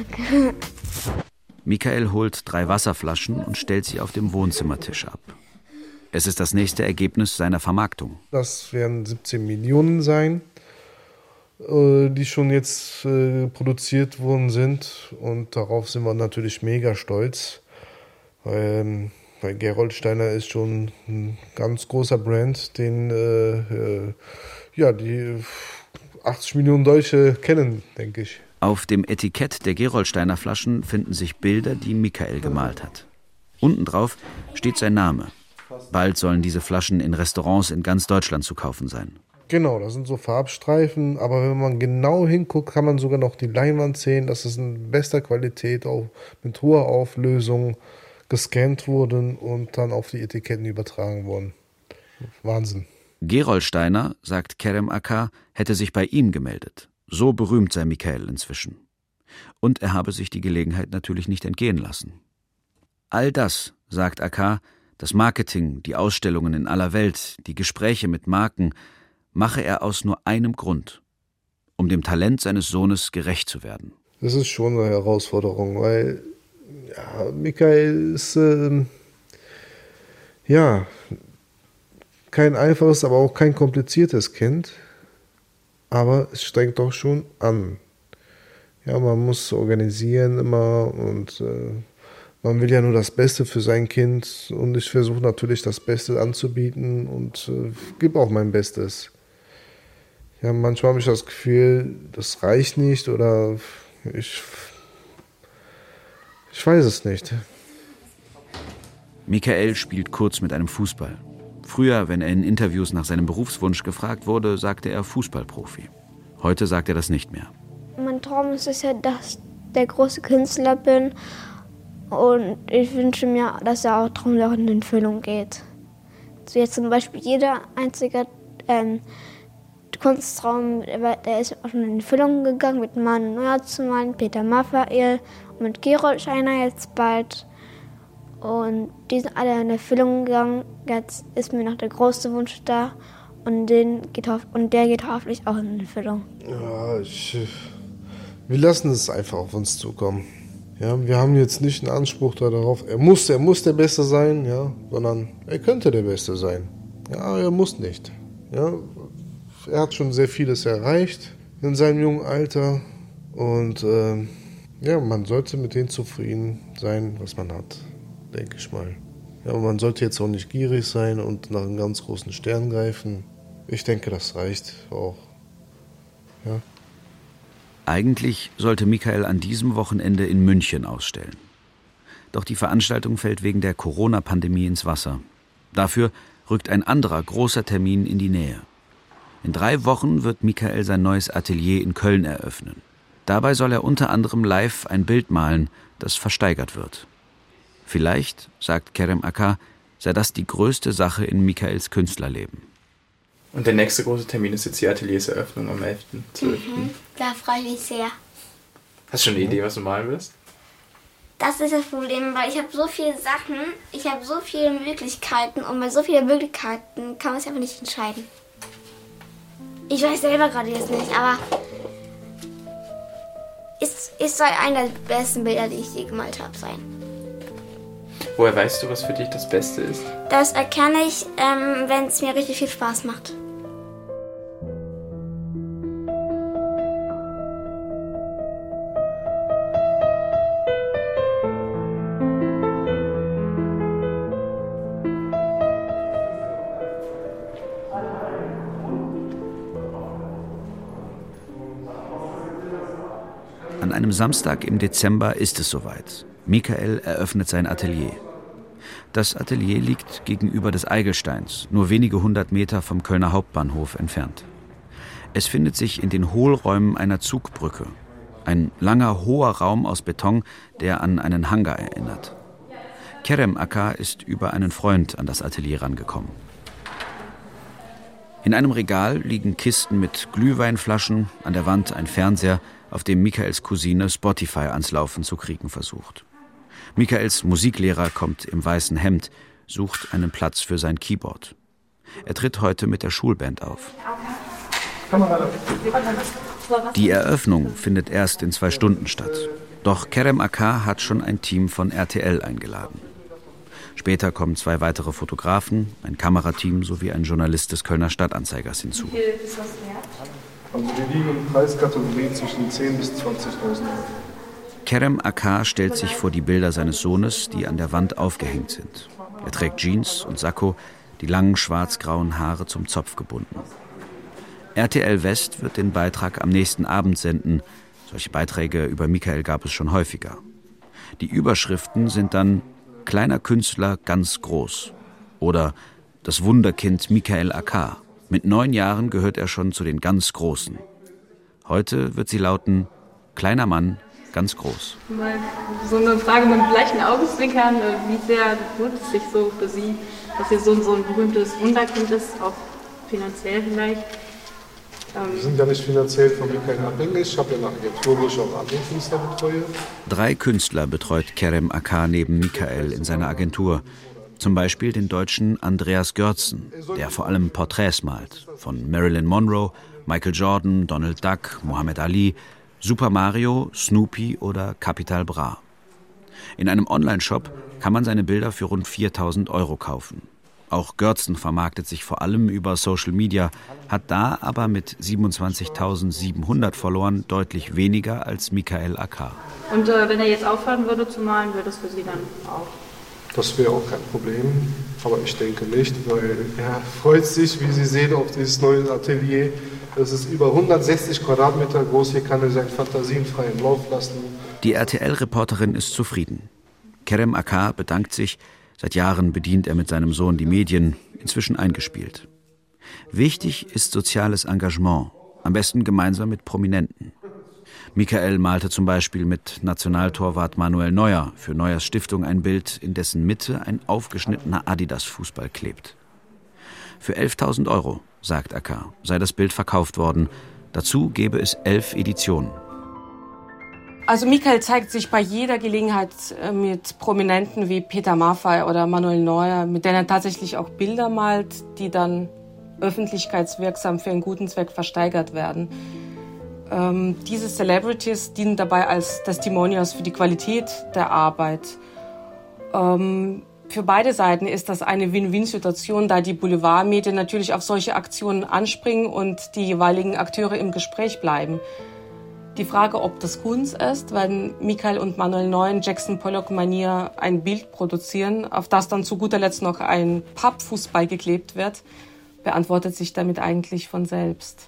Michael holt drei Wasserflaschen und stellt sie auf dem Wohnzimmertisch ab. Es ist das nächste Ergebnis seiner Vermarktung. Das werden siebzehn Millionen sein, die schon jetzt produziert worden sind. Und darauf sind wir natürlich mega stolz. Weil, weil Gerolsteiner ist schon ein ganz großer Brand, den äh, ja, die achtzig Millionen Deutsche kennen, denke ich. Auf dem Etikett der Gerolsteiner Flaschen finden sich Bilder, die Michael gemalt hat. Unten drauf steht sein Name. Bald sollen diese Flaschen in Restaurants in ganz Deutschland zu kaufen sein. Genau, das sind so Farbstreifen, aber wenn man genau hinguckt, kann man sogar noch die Leinwand sehen. Das ist in bester Qualität, auch mit hoher Auflösung gescannt wurden und dann auf die Etiketten übertragen wurden. Wahnsinn. Gerolsteiner, sagt Kerem Akar, hätte sich bei ihm gemeldet. So berühmt sei Michael inzwischen. Und er habe sich die Gelegenheit natürlich nicht entgehen lassen. All das, sagt Akar, das Marketing, die Ausstellungen in aller Welt, die Gespräche mit Marken, mache er aus nur einem Grund: um dem Talent seines Sohnes gerecht zu werden. Das ist schon eine Herausforderung, weil ja, Michael ist äh, ja kein einfaches, aber auch kein kompliziertes Kind. Aber es strengt doch schon an. Ja, man muss organisieren immer und äh, man will ja nur das Beste für sein Kind. Und ich versuche natürlich das Beste anzubieten und äh, gebe auch mein Bestes. Ja, manchmal habe ich das Gefühl, das reicht nicht oder ich, Ich weiß es nicht. Michael spielt kurz mit einem Fußball. Früher, wenn er in Interviews nach seinem Berufswunsch gefragt wurde, sagte er Fußballprofi. Heute sagt er das nicht mehr. Mein Traum ist es ja, dass ich der große Künstler bin. Und ich wünsche mir, dass der auch Traum auch in Erfüllung geht. So jetzt zum Beispiel jeder einzige ähm, Kunsttraum, der ist auch schon in Erfüllung gegangen, mit Manu Neuer zu malen, Peter Maffay und mit Gerold Scheiner jetzt bald. Und die sind alle in Erfüllung gegangen. Jetzt ist mir noch der große Wunsch da und, den geht hoff- und der geht hoffentlich auch in Erfüllung. Ja, ich, wir lassen es einfach auf uns zukommen. Ja, wir haben jetzt nicht einen Anspruch darauf, er muss, er muss der Beste sein, ja, sondern er könnte der Beste sein. Ja, aber er muss nicht. Ja, er hat schon sehr vieles erreicht in seinem jungen Alter und äh, ja, man sollte mit dem zufrieden sein, was man hat, denke ich mal. Ja, aber man sollte jetzt auch nicht gierig sein und nach einem ganz großen Stern greifen. Ich denke, das reicht auch. Ja. Eigentlich sollte Michael an diesem Wochenende in München ausstellen. Doch die Veranstaltung fällt wegen der Corona-Pandemie ins Wasser. Dafür rückt ein anderer großer Termin in die Nähe. In drei Wochen wird Michael sein neues Atelier in Köln eröffnen. Dabei soll er unter anderem live ein Bild malen, das versteigert wird. Vielleicht, sagt Kerem Aka, sei das die größte Sache in Michaels Künstlerleben. Und der nächste große Termin ist jetzt die Atelierseröffnung am elften zwölften Mhm, da freue ich mich sehr. Hast du schon eine Idee, was du malen willst? Das ist das Problem, weil ich habe so viele Sachen, ich habe so viele Möglichkeiten und bei so vielen Möglichkeiten kann man sich einfach nicht entscheiden. Ich weiß selber gerade jetzt nicht, aber es, es soll einer der besten Bilder, die ich je gemalt habe, sein. Woher weißt du, was für dich das Beste ist? Das erkenne ich, ähm, wenn es mir richtig viel Spaß macht. An einem Samstag im Dezember ist es soweit. Michael eröffnet sein Atelier. Das Atelier liegt gegenüber des Eigelsteins, nur wenige hundert Meter vom Kölner Hauptbahnhof entfernt. Es findet sich in den Hohlräumen einer Zugbrücke. Ein langer, hoher Raum aus Beton, der an einen Hangar erinnert. Kerem Aka ist über einen Freund an das Atelier rangekommen. In einem Regal liegen Kisten mit Glühweinflaschen, an der Wand ein Fernseher, auf dem Michaels Cousine Spotify ans Laufen zu kriegen versucht. Michaels Musiklehrer kommt im weißen Hemd, sucht einen Platz für sein Keyboard. Er tritt heute mit der Schulband auf. Die Eröffnung findet erst in zwei Stunden statt. Doch Kerem Aka hat schon ein Team von R T L eingeladen. Später kommen zwei weitere Fotografen, ein Kamerateam sowie ein Journalist des Kölner Stadtanzeigers hinzu. Also wir liegen in Preiskategorie zwischen zehntausend bis zwanzigtausend Euro. Kerem Aka stellt sich vor die Bilder seines Sohnes, die an der Wand aufgehängt sind. Er trägt Jeans und Sakko, die langen schwarz-grauen Haare zum Zopf gebunden. R T L West wird den Beitrag am nächsten Abend senden. Solche Beiträge über Michael gab es schon häufiger. Die Überschriften sind dann »Kleiner Künstler, ganz groß« oder »Das Wunderkind Michael Aka«. Mit neun Jahren gehört er schon zu den ganz Großen. Heute wird sie lauten »Kleiner Mann, ganz groß«. Mal so eine Frage mit leichten Augenzwinkern, wie sehr lohnt es sich so für Sie, dass Sie so, so ein berühmtes Wunderkind ist, auch finanziell vielleicht? Wir sind ja nicht finanziell von Michael abhängig. Ich habe ja eine Agentur, wo ich auch andere Künstler betreue. Drei Künstler betreut Kerem Aka neben Michael in seiner Agentur. Zum Beispiel den Deutschen Andreas Görtzen, der vor allem Porträts malt. Von Marilyn Monroe, Michael Jordan, Donald Duck, Muhammad Ali, Super Mario, Snoopy oder Capital Bra. In einem Online-Shop kann man seine Bilder für rund viertausend Euro kaufen. Auch Görtzen vermarktet sich vor allem über Social Media, hat da aber mit siebenundzwanzigtausendsiebenhundert Followern deutlich weniger als Michael Aka. Und äh, wenn er jetzt aufhören würde zu malen, wäre das für Sie dann auch? Das wäre auch kein Problem, aber ich denke nicht, weil er freut sich, wie Sie sehen, auf dieses neue Atelier. Es ist über hundertsechzig Quadratmeter groß, hier kann er seine Fantasien freien Lauf lassen. Die R T L-Reporterin ist zufrieden. Kerem Akar bedankt sich, seit Jahren bedient er mit seinem Sohn die Medien, inzwischen eingespielt. Wichtig ist soziales Engagement, am besten gemeinsam mit Prominenten. Michael malte zum Beispiel mit Nationaltorwart Manuel Neuer für Neuers Stiftung ein Bild, in dessen Mitte ein aufgeschnittener Adidas-Fußball klebt. Für elftausend Euro, sagt Akar, sei das Bild verkauft worden. Dazu gebe es elf Editionen. Also Michael zeigt sich bei jeder Gelegenheit mit Prominenten wie Peter Maffay oder Manuel Neuer, mit denen er tatsächlich auch Bilder malt, die dann öffentlichkeitswirksam für einen guten Zweck versteigert werden. Ähm, diese Celebrities dienen dabei als Testimonials für die Qualität der Arbeit. Ähm, für beide Seiten ist das eine Win-Win-Situation, da die Boulevardmedien natürlich auf solche Aktionen anspringen und die jeweiligen Akteure im Gespräch bleiben. Die Frage, ob das Kunst ist, wenn Michael und Manuel Neuer in Jackson Pollock-Manier ein Bild produzieren, auf das dann zu guter Letzt noch ein Pappfußball geklebt wird, beantwortet sich damit eigentlich von selbst.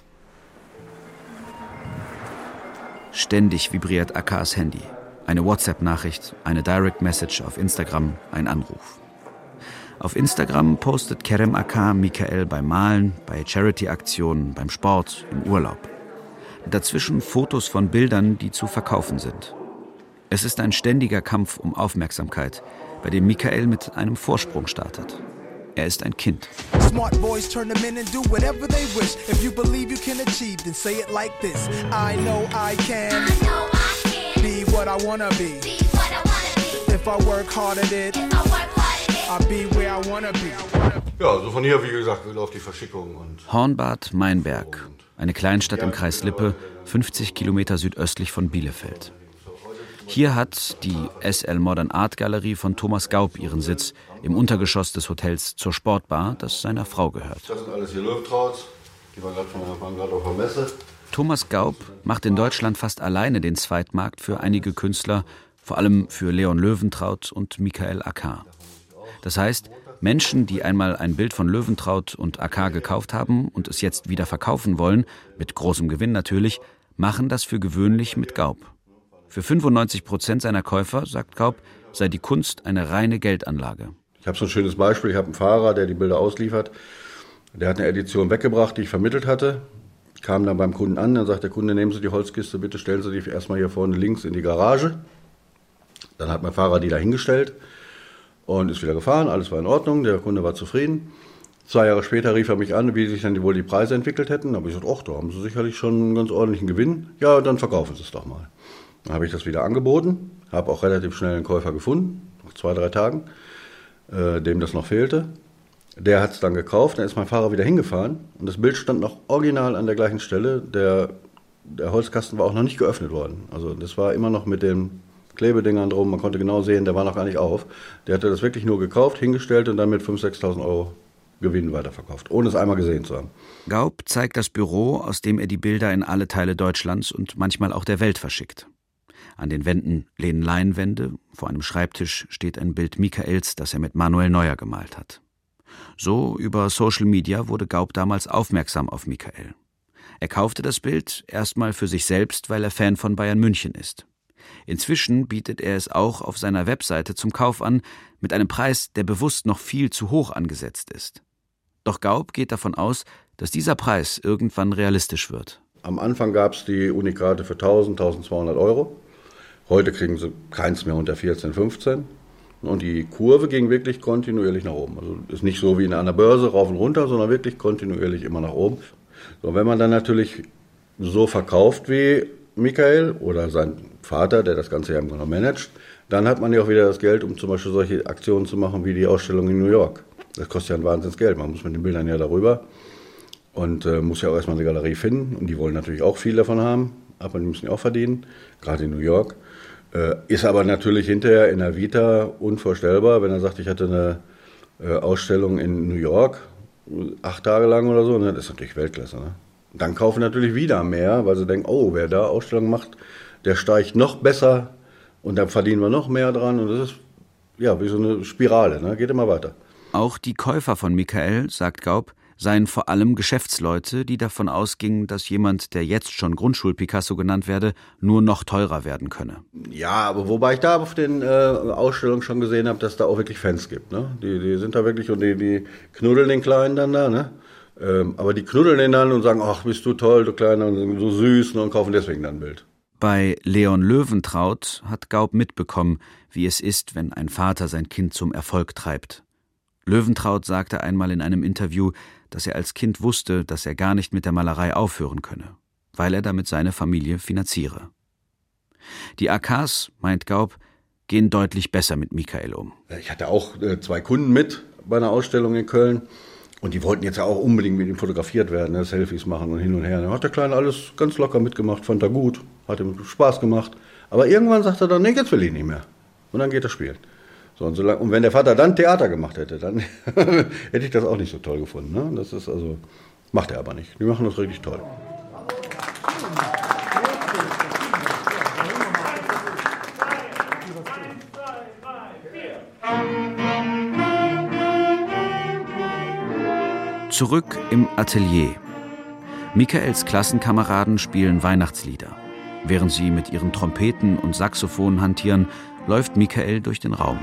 Ständig vibriert Akars Handy. Eine WhatsApp-Nachricht, eine Direct-Message auf Instagram, ein Anruf. Auf Instagram postet Kerem Akar Michael beim Malen, bei Charity-Aktionen, beim Sport, im Urlaub. Dazwischen Fotos von Bildern, die zu verkaufen sind. Es ist ein ständiger Kampf um Aufmerksamkeit, bei dem Michael mit einem Vorsprung startet. Er ist ein Kind. Smart boys turn them in and do whatever they wish. If you believe you can achieve, then say it like this. I know I can. I know I can. Be what I wanna be. Be what I wanna be. If I work hard at it. If I work hard at it. I'll be where I wanna be. Ja, also von hier, wie gesagt, läuft die Verschickung. Und Hornbad, Meinberg. Eine Kleinstadt im Kreis Lippe, fünfzig Kilometer südöstlich von Bielefeld. Hier hat die S L Modern Art Galerie von Thomas Gaub ihren Sitz, im Untergeschoss des Hotels zur Sportbar, das seiner Frau gehört. Das sind alles hier Löwentrauts, die waren gerade auf der Messe. Thomas Gaub macht in Deutschland fast alleine den Zweitmarkt für einige Künstler, vor allem für Leon Löwentraut und Michael Akar. Das heißt, Menschen, die einmal ein Bild von Löwentraut und Akar gekauft haben und es jetzt wieder verkaufen wollen, mit großem Gewinn natürlich, machen das für gewöhnlich mit Gaub. Für fünfundneunzig Prozent seiner Käufer, sagt Gaub, sei die Kunst eine reine Geldanlage. Ich habe so ein schönes Beispiel. Ich habe einen Fahrer, der die Bilder ausliefert. Der hat eine Edition weggebracht, die ich vermittelt hatte. Kam dann beim Kunden an, dann sagt der Kunde, nehmen Sie die Holzkiste, bitte stellen Sie die erstmal hier vorne links in die Garage. Dann hat mein Fahrer die da hingestellt und ist wieder gefahren, alles war in Ordnung, der Kunde war zufrieden. Zwei Jahre später rief er mich an, wie sich dann wohl die Preise entwickelt hätten. Da habe ich gesagt, ach, da haben Sie sicherlich schon einen ganz ordentlichen Gewinn. Ja, dann verkaufen Sie es doch mal. Dann habe ich das wieder angeboten, habe auch relativ schnell einen Käufer gefunden, nach zwei, drei Tagen, äh, dem das noch fehlte. Der hat es dann gekauft, dann ist mein Fahrer wieder hingefahren und das Bild stand noch original an der gleichen Stelle. Der, der Holzkasten war auch noch nicht geöffnet worden. Also das war immer noch mit den Klebedingern drum, man konnte genau sehen, der war noch gar nicht auf. Der hatte das wirklich nur gekauft, hingestellt und dann mit fünftausend, sechstausend Euro Gewinn weiterverkauft, ohne es einmal gesehen zu haben. Gaub zeigt das Büro, aus dem er die Bilder in alle Teile Deutschlands und manchmal auch der Welt verschickt. An den Wänden lehnen Leinwände, vor einem Schreibtisch steht ein Bild Michaels, das er mit Manuel Neuer gemalt hat. So über Social Media wurde Gaub damals aufmerksam auf Michael. Er kaufte das Bild erstmal für sich selbst, weil er Fan von Bayern München ist. Inzwischen bietet er es auch auf seiner Webseite zum Kauf an, mit einem Preis, der bewusst noch viel zu hoch angesetzt ist. Doch Gaub geht davon aus, dass dieser Preis irgendwann realistisch wird. Am Anfang gab es die Unikate für tausend, tausendzweihundert Euro. Heute kriegen sie keins mehr unter vierzehn, fünfzehn. Und die Kurve ging wirklich kontinuierlich nach oben. Also ist nicht so wie an der Börse rauf und runter, sondern wirklich kontinuierlich immer nach oben. So, wenn man dann natürlich so verkauft wie Michael oder sein Vater, der das Ganze ja im Grunde managt, dann hat man ja auch wieder das Geld, um zum Beispiel solche Aktionen zu machen wie die Ausstellung in New York. Das kostet ja ein Wahnsinnsgeld. Man muss mit den Bildern ja darüber und äh, muss ja auch erstmal eine Galerie finden. Und die wollen natürlich auch viel davon haben, aber die müssen ja auch verdienen, gerade in New York. Äh, ist aber natürlich hinterher in der Vita unvorstellbar, wenn er sagt, ich hatte eine äh, Ausstellung in New York, acht Tage lang oder so, ne? Das ist natürlich Weltklasse. Ne? Dann kaufen natürlich wieder mehr, weil sie denken, oh, wer da Ausstellungen macht, der steigt noch besser und dann verdienen wir noch mehr dran. Und das ist ja wie so eine Spirale, ne? Geht immer weiter. Auch die Käufer von Michael, sagt Gaub, seien vor allem Geschäftsleute, die davon ausgingen, dass jemand, der jetzt schon Grundschul-Picasso genannt werde, nur noch teurer werden könne. Ja, aber wobei ich da auf den äh, Ausstellungen schon gesehen habe, dass da auch wirklich Fans gibt. Ne? Die, die sind da wirklich und die, die knuddeln den Kleinen dann da. Ne? Ähm, aber die knuddeln den dann und sagen, ach, bist du toll, du Kleiner, und so süß, ne? Und kaufen deswegen dann ein Bild. Bei Leon Löwentraut hat Gaub mitbekommen, wie es ist, wenn ein Vater sein Kind zum Erfolg treibt. Löwentraut sagte einmal in einem Interview, dass er als Kind wusste, dass er gar nicht mit der Malerei aufhören könne, weil er damit seine Familie finanziere. Die A Ks, meint Gaub, gehen deutlich besser mit Michael um. Ich hatte auch äh, zwei Kunden mit bei einer Ausstellung in Köln. Und die wollten jetzt ja auch unbedingt mit ihm fotografiert werden, ne? Selfies machen und hin und her. Da hat der Kleine alles ganz locker mitgemacht, fand er gut, hat ihm Spaß gemacht. Aber irgendwann sagt er dann, nee, jetzt will ich nicht mehr. Und dann geht er spielen. So, und, so lang, und wenn der Vater dann Theater gemacht hätte, dann hätte ich das auch nicht so toll gefunden. Ne? Das ist also, macht er aber nicht. Die machen das richtig toll. Zurück im Atelier. Michaels Klassenkameraden spielen Weihnachtslieder. Während sie mit ihren Trompeten und Saxophonen hantieren, läuft Michael durch den Raum.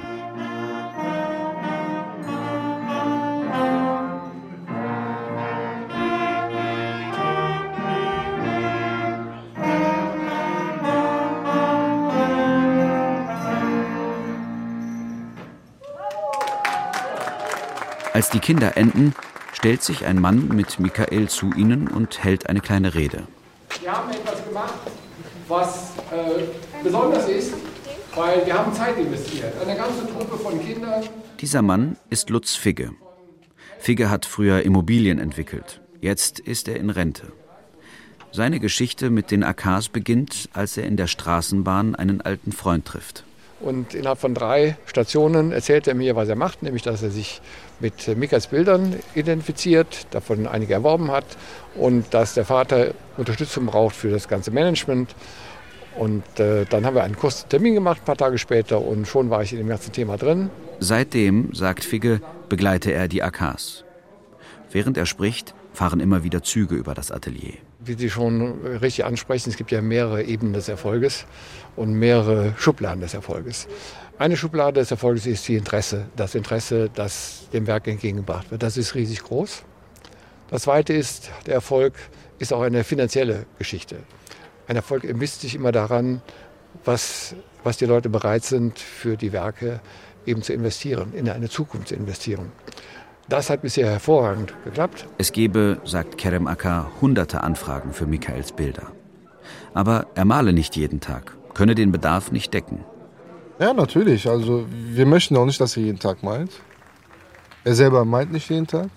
Als die Kinder enden, stellt sich ein Mann mit Michael zu ihnen und hält eine kleine Rede. Wir haben etwas gemacht, was äh, besonders ist, weil wir haben Zeit investiert. Eine ganze Truppe von Kindern. Dieser Mann ist Lutz Figge. Figge hat früher Immobilien entwickelt. Jetzt ist er in Rente. Seine Geschichte mit den A Ks beginnt, als er in der Straßenbahn einen alten Freund trifft. Und innerhalb von drei Stationen erzählt er mir, was er macht, nämlich dass er sich mit Mikas Bildern identifiziert, davon einige erworben hat und dass der Vater Unterstützung braucht für das ganze Management. Und äh, dann haben wir einen kurzen Termin gemacht, ein paar Tage später, und schon war ich in dem ganzen Thema drin. Seitdem, sagt Figge, begleite er die A Ks. Während er spricht, fahren immer wieder Züge über das Atelier. Wie Sie schon richtig ansprechen, es gibt ja mehrere Ebenen des Erfolges und mehrere Schubladen des Erfolges. Eine Schublade des Erfolges ist die Interesse, das Interesse, das dem Werk entgegengebracht wird. Das ist riesig groß. Das Zweite ist, der Erfolg ist auch eine finanzielle Geschichte. Ein Erfolg ermisst sich immer daran, was, was die Leute bereit sind, für die Werke eben zu investieren, in eine Zukunft zu investieren. Das hat bisher hervorragend geklappt. Es gebe, sagt Kerem Acar, hunderte Anfragen für Michaels Bilder. Aber er male nicht jeden Tag, könne den Bedarf nicht decken. Ja, natürlich. Also wir möchten auch nicht, dass er jeden Tag malt. Er selber malt nicht jeden Tag.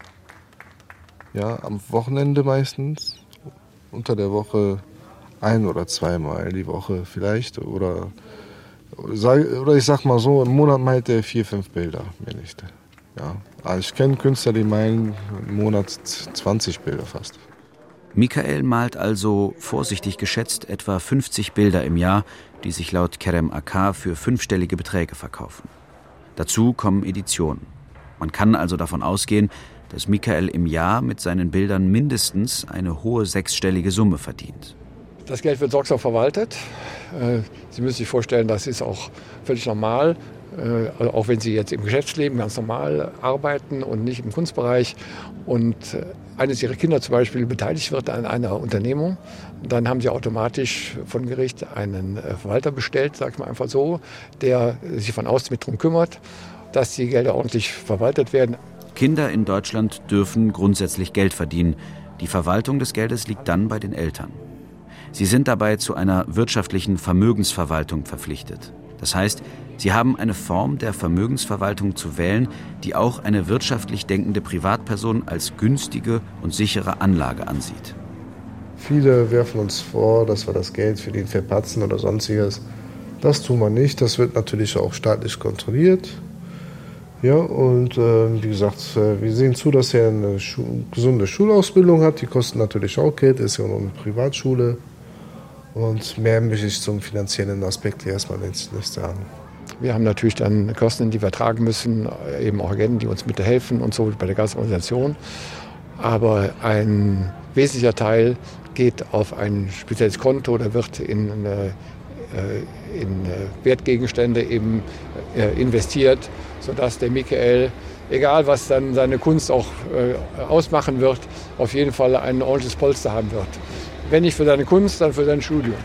Ja, am Wochenende meistens. Unter der Woche ein- oder zweimal die Woche vielleicht. Oder, oder ich sag mal so, im Monat malt er vier, fünf Bilder, mehr nicht. Ja, also ich kenne Künstler, die malen im Monat zwanzig Bilder fast. Michael malt also, vorsichtig geschätzt, etwa fünfzig Bilder im Jahr, die sich laut Kerem Acar für fünfstellige Beträge verkaufen. Dazu kommen Editionen. Man kann also davon ausgehen, dass Michael im Jahr mit seinen Bildern mindestens eine hohe sechsstellige Summe verdient. Das Geld wird sorgsam verwaltet. Sie müssen sich vorstellen, das ist auch völlig normal. Also auch wenn Sie jetzt im Geschäftsleben ganz normal arbeiten und nicht im Kunstbereich und eines Ihrer Kinder zum Beispiel beteiligt wird an einer Unternehmung, dann haben Sie automatisch von Gericht einen Verwalter bestellt, sag ich mal einfach so, der sich von außen mit drum kümmert, dass die Gelder ordentlich verwaltet werden. Kinder in Deutschland dürfen grundsätzlich Geld verdienen. Die Verwaltung des Geldes liegt dann bei den Eltern. Sie sind dabei zu einer wirtschaftlichen Vermögensverwaltung verpflichtet. Das heißt, sie haben eine Form der Vermögensverwaltung zu wählen, die auch eine wirtschaftlich denkende Privatperson als günstige und sichere Anlage ansieht. Viele werfen uns vor, dass wir das Geld für den verpatzen oder sonstiges. Das tun wir nicht. Das wird natürlich auch staatlich kontrolliert. Ja, und äh, wie gesagt, äh, wir sehen zu, dass er eine Schu- gesunde Schulausbildung hat. Die kosten natürlich auch Geld, ist ja noch eine Privatschule. Und mehr möchte ich zum finanziellen Aspekt erstmal nicht sagen. Wir haben natürlich dann Kosten, die wir tragen müssen, eben auch Agenten, die uns mithelfen und so bei der ganzen Organisation. aber ein wesentlicher Teil geht auf ein spezielles Konto oder wird in, in Wertgegenstände eben investiert, sodass der Michael, egal was dann seine Kunst auch ausmachen wird, auf jeden Fall ein ordentliches Polster haben wird. Wenn nicht für seine Kunst, dann für sein Studium.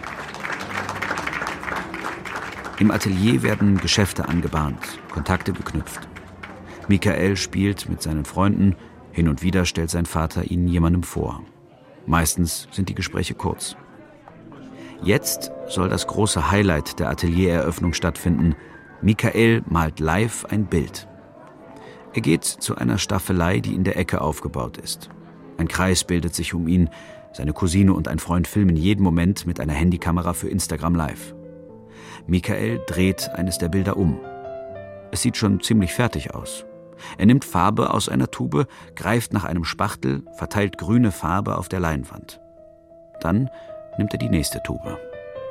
Im Atelier werden Geschäfte angebahnt, Kontakte geknüpft. Michael spielt mit seinen Freunden, hin und wieder stellt sein Vater ihn jemandem vor. Meistens sind die Gespräche kurz. Jetzt soll das große Highlight der Ateliereröffnung stattfinden. Michael malt live ein Bild. Er geht zu einer Staffelei, die in der Ecke aufgebaut ist. Ein Kreis bildet sich um ihn. Seine Cousine und ein Freund filmen jeden Moment mit einer Handykamera für Instagram Live. Michael dreht eines der Bilder um. Es sieht schon ziemlich fertig aus. Er nimmt Farbe aus einer Tube, greift nach einem Spachtel, verteilt grüne Farbe auf der Leinwand. Dann nimmt er die nächste Tube.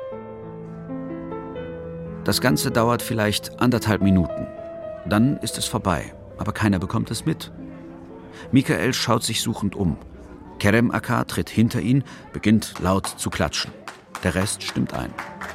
Das Ganze dauert vielleicht anderthalb Minuten. Dann ist es vorbei, aber keiner bekommt es mit. Michael schaut sich suchend um. Kerem Aka tritt hinter ihn, beginnt laut zu klatschen. Der Rest stimmt ein.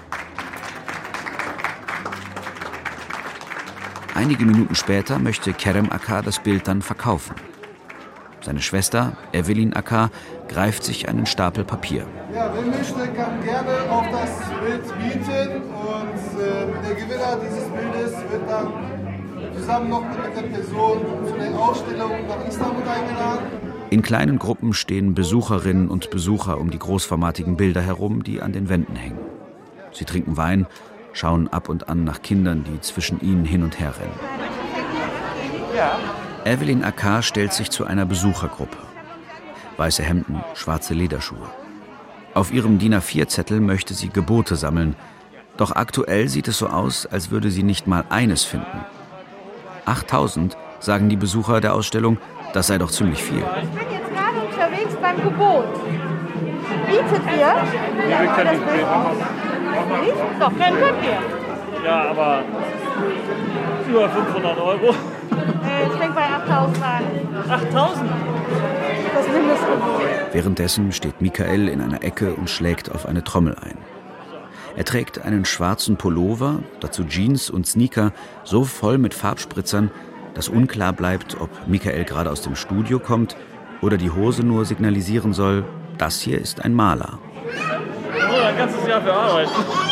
Einige Minuten später möchte Kerem Aka das Bild dann verkaufen. Seine Schwester, Evelyn Aka, greift sich einen Stapel Papier. Ja, wer möchte, kann gerne auf das Bild bieten und äh, der Gewinner dieses Bildes wird dann zusammen noch mit der Person zu der Ausstellung nach Istanbul eingeladen. In kleinen Gruppen stehen Besucherinnen und Besucher um die großformatigen Bilder herum, die an den Wänden hängen. Sie trinken Wein, schauen ab und an nach Kindern, die zwischen ihnen hin und her rennen. Ja. Evelyn Aka stellt sich zu einer Besuchergruppe. Weiße Hemden, schwarze Lederschuhe. Auf ihrem D I N A vier Zettel möchte sie Gebote sammeln. Doch aktuell sieht es so aus, als würde sie nicht mal eines finden. achttausend, sagen die Besucher der Ausstellung, das sei doch ziemlich viel. Ich bin jetzt gerade unterwegs beim Gebot. Bietet ihr? Ja, wir können das Bild. Doch, können könnt ihr. Ja, aber über fünfhundert Euro. Äh, ich fängt bei achttausend an. achttausend? Das Mindestgebot. Währenddessen steht Michael in einer Ecke und schlägt auf eine Trommel ein. Er trägt einen schwarzen Pullover, dazu Jeans und Sneaker, so voll mit Farbspritzern, dass unklar bleibt, ob Michael gerade aus dem Studio kommt oder die Hose nur signalisieren soll, das hier ist ein Maler. Oh, ein ganzes Jahr für Arbeit.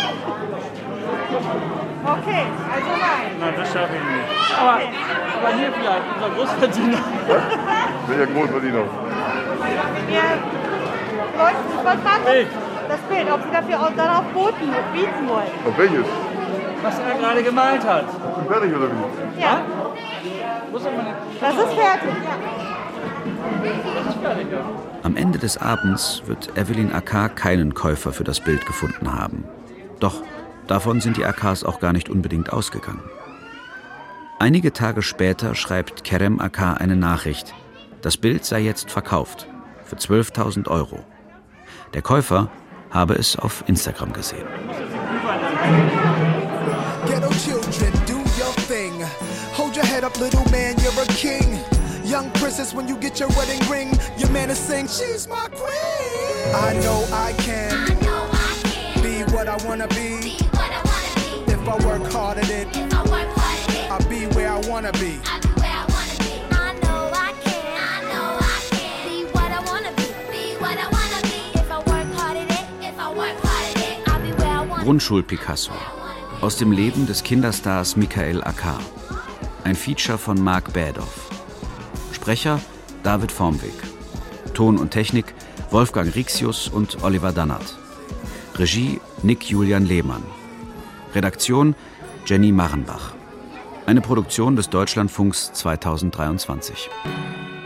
Okay, also nein. Nein, das schaffe ich nicht. Aber, okay. aber hier vielleicht, unser Großverdiener. Welcher Großverdiener? Wir wollten, ich wollte fragen, das Bild, ob Sie dafür auch darauf boten, bieten wollen. Auf welches? Was er gerade gemalt hat. Ist das fertig oder wie? Ja. Das ist fertig, ja. Das ist fertig, ja. Am Ende des Abends wird Evelyn Aka keinen Käufer für das Bild gefunden haben. Doch davon sind die Akas auch gar nicht unbedingt ausgegangen. Einige Tage später schreibt Kerem Aka eine Nachricht. Das Bild sei jetzt verkauft. Für zwölftausend Euro. Der Käufer habe es auf Instagram gesehen. Ghetto children, do your thing. Hold your head up, little man, you're a king. Young princess, when you get your wedding ring, your man is saying, she's my queen. I know I can, I know I can. Be what I wanna be. Be what I wanna be. If I work hard at it, if I work hard at it, I'll be where I wanna be. I'll be where I wanna be. I know I can, I know I can. Be what I wanna be. Be what I wanna be. If I work hard at it, if I work hard at it, I'll be where I wanna be. Grundschul-Picasso. Aus dem Leben des Kinderstars Michael Aka. Ein Feature von Mark Badoff. Sprecher David Formweg. Ton und Technik Wolfgang Rixius und Oliver Dannert. Regie Nick Julian Lehmann. Redaktion Jenny Marrenbach. Eine Produktion des Deutschlandfunks zweitausenddreiundzwanzig.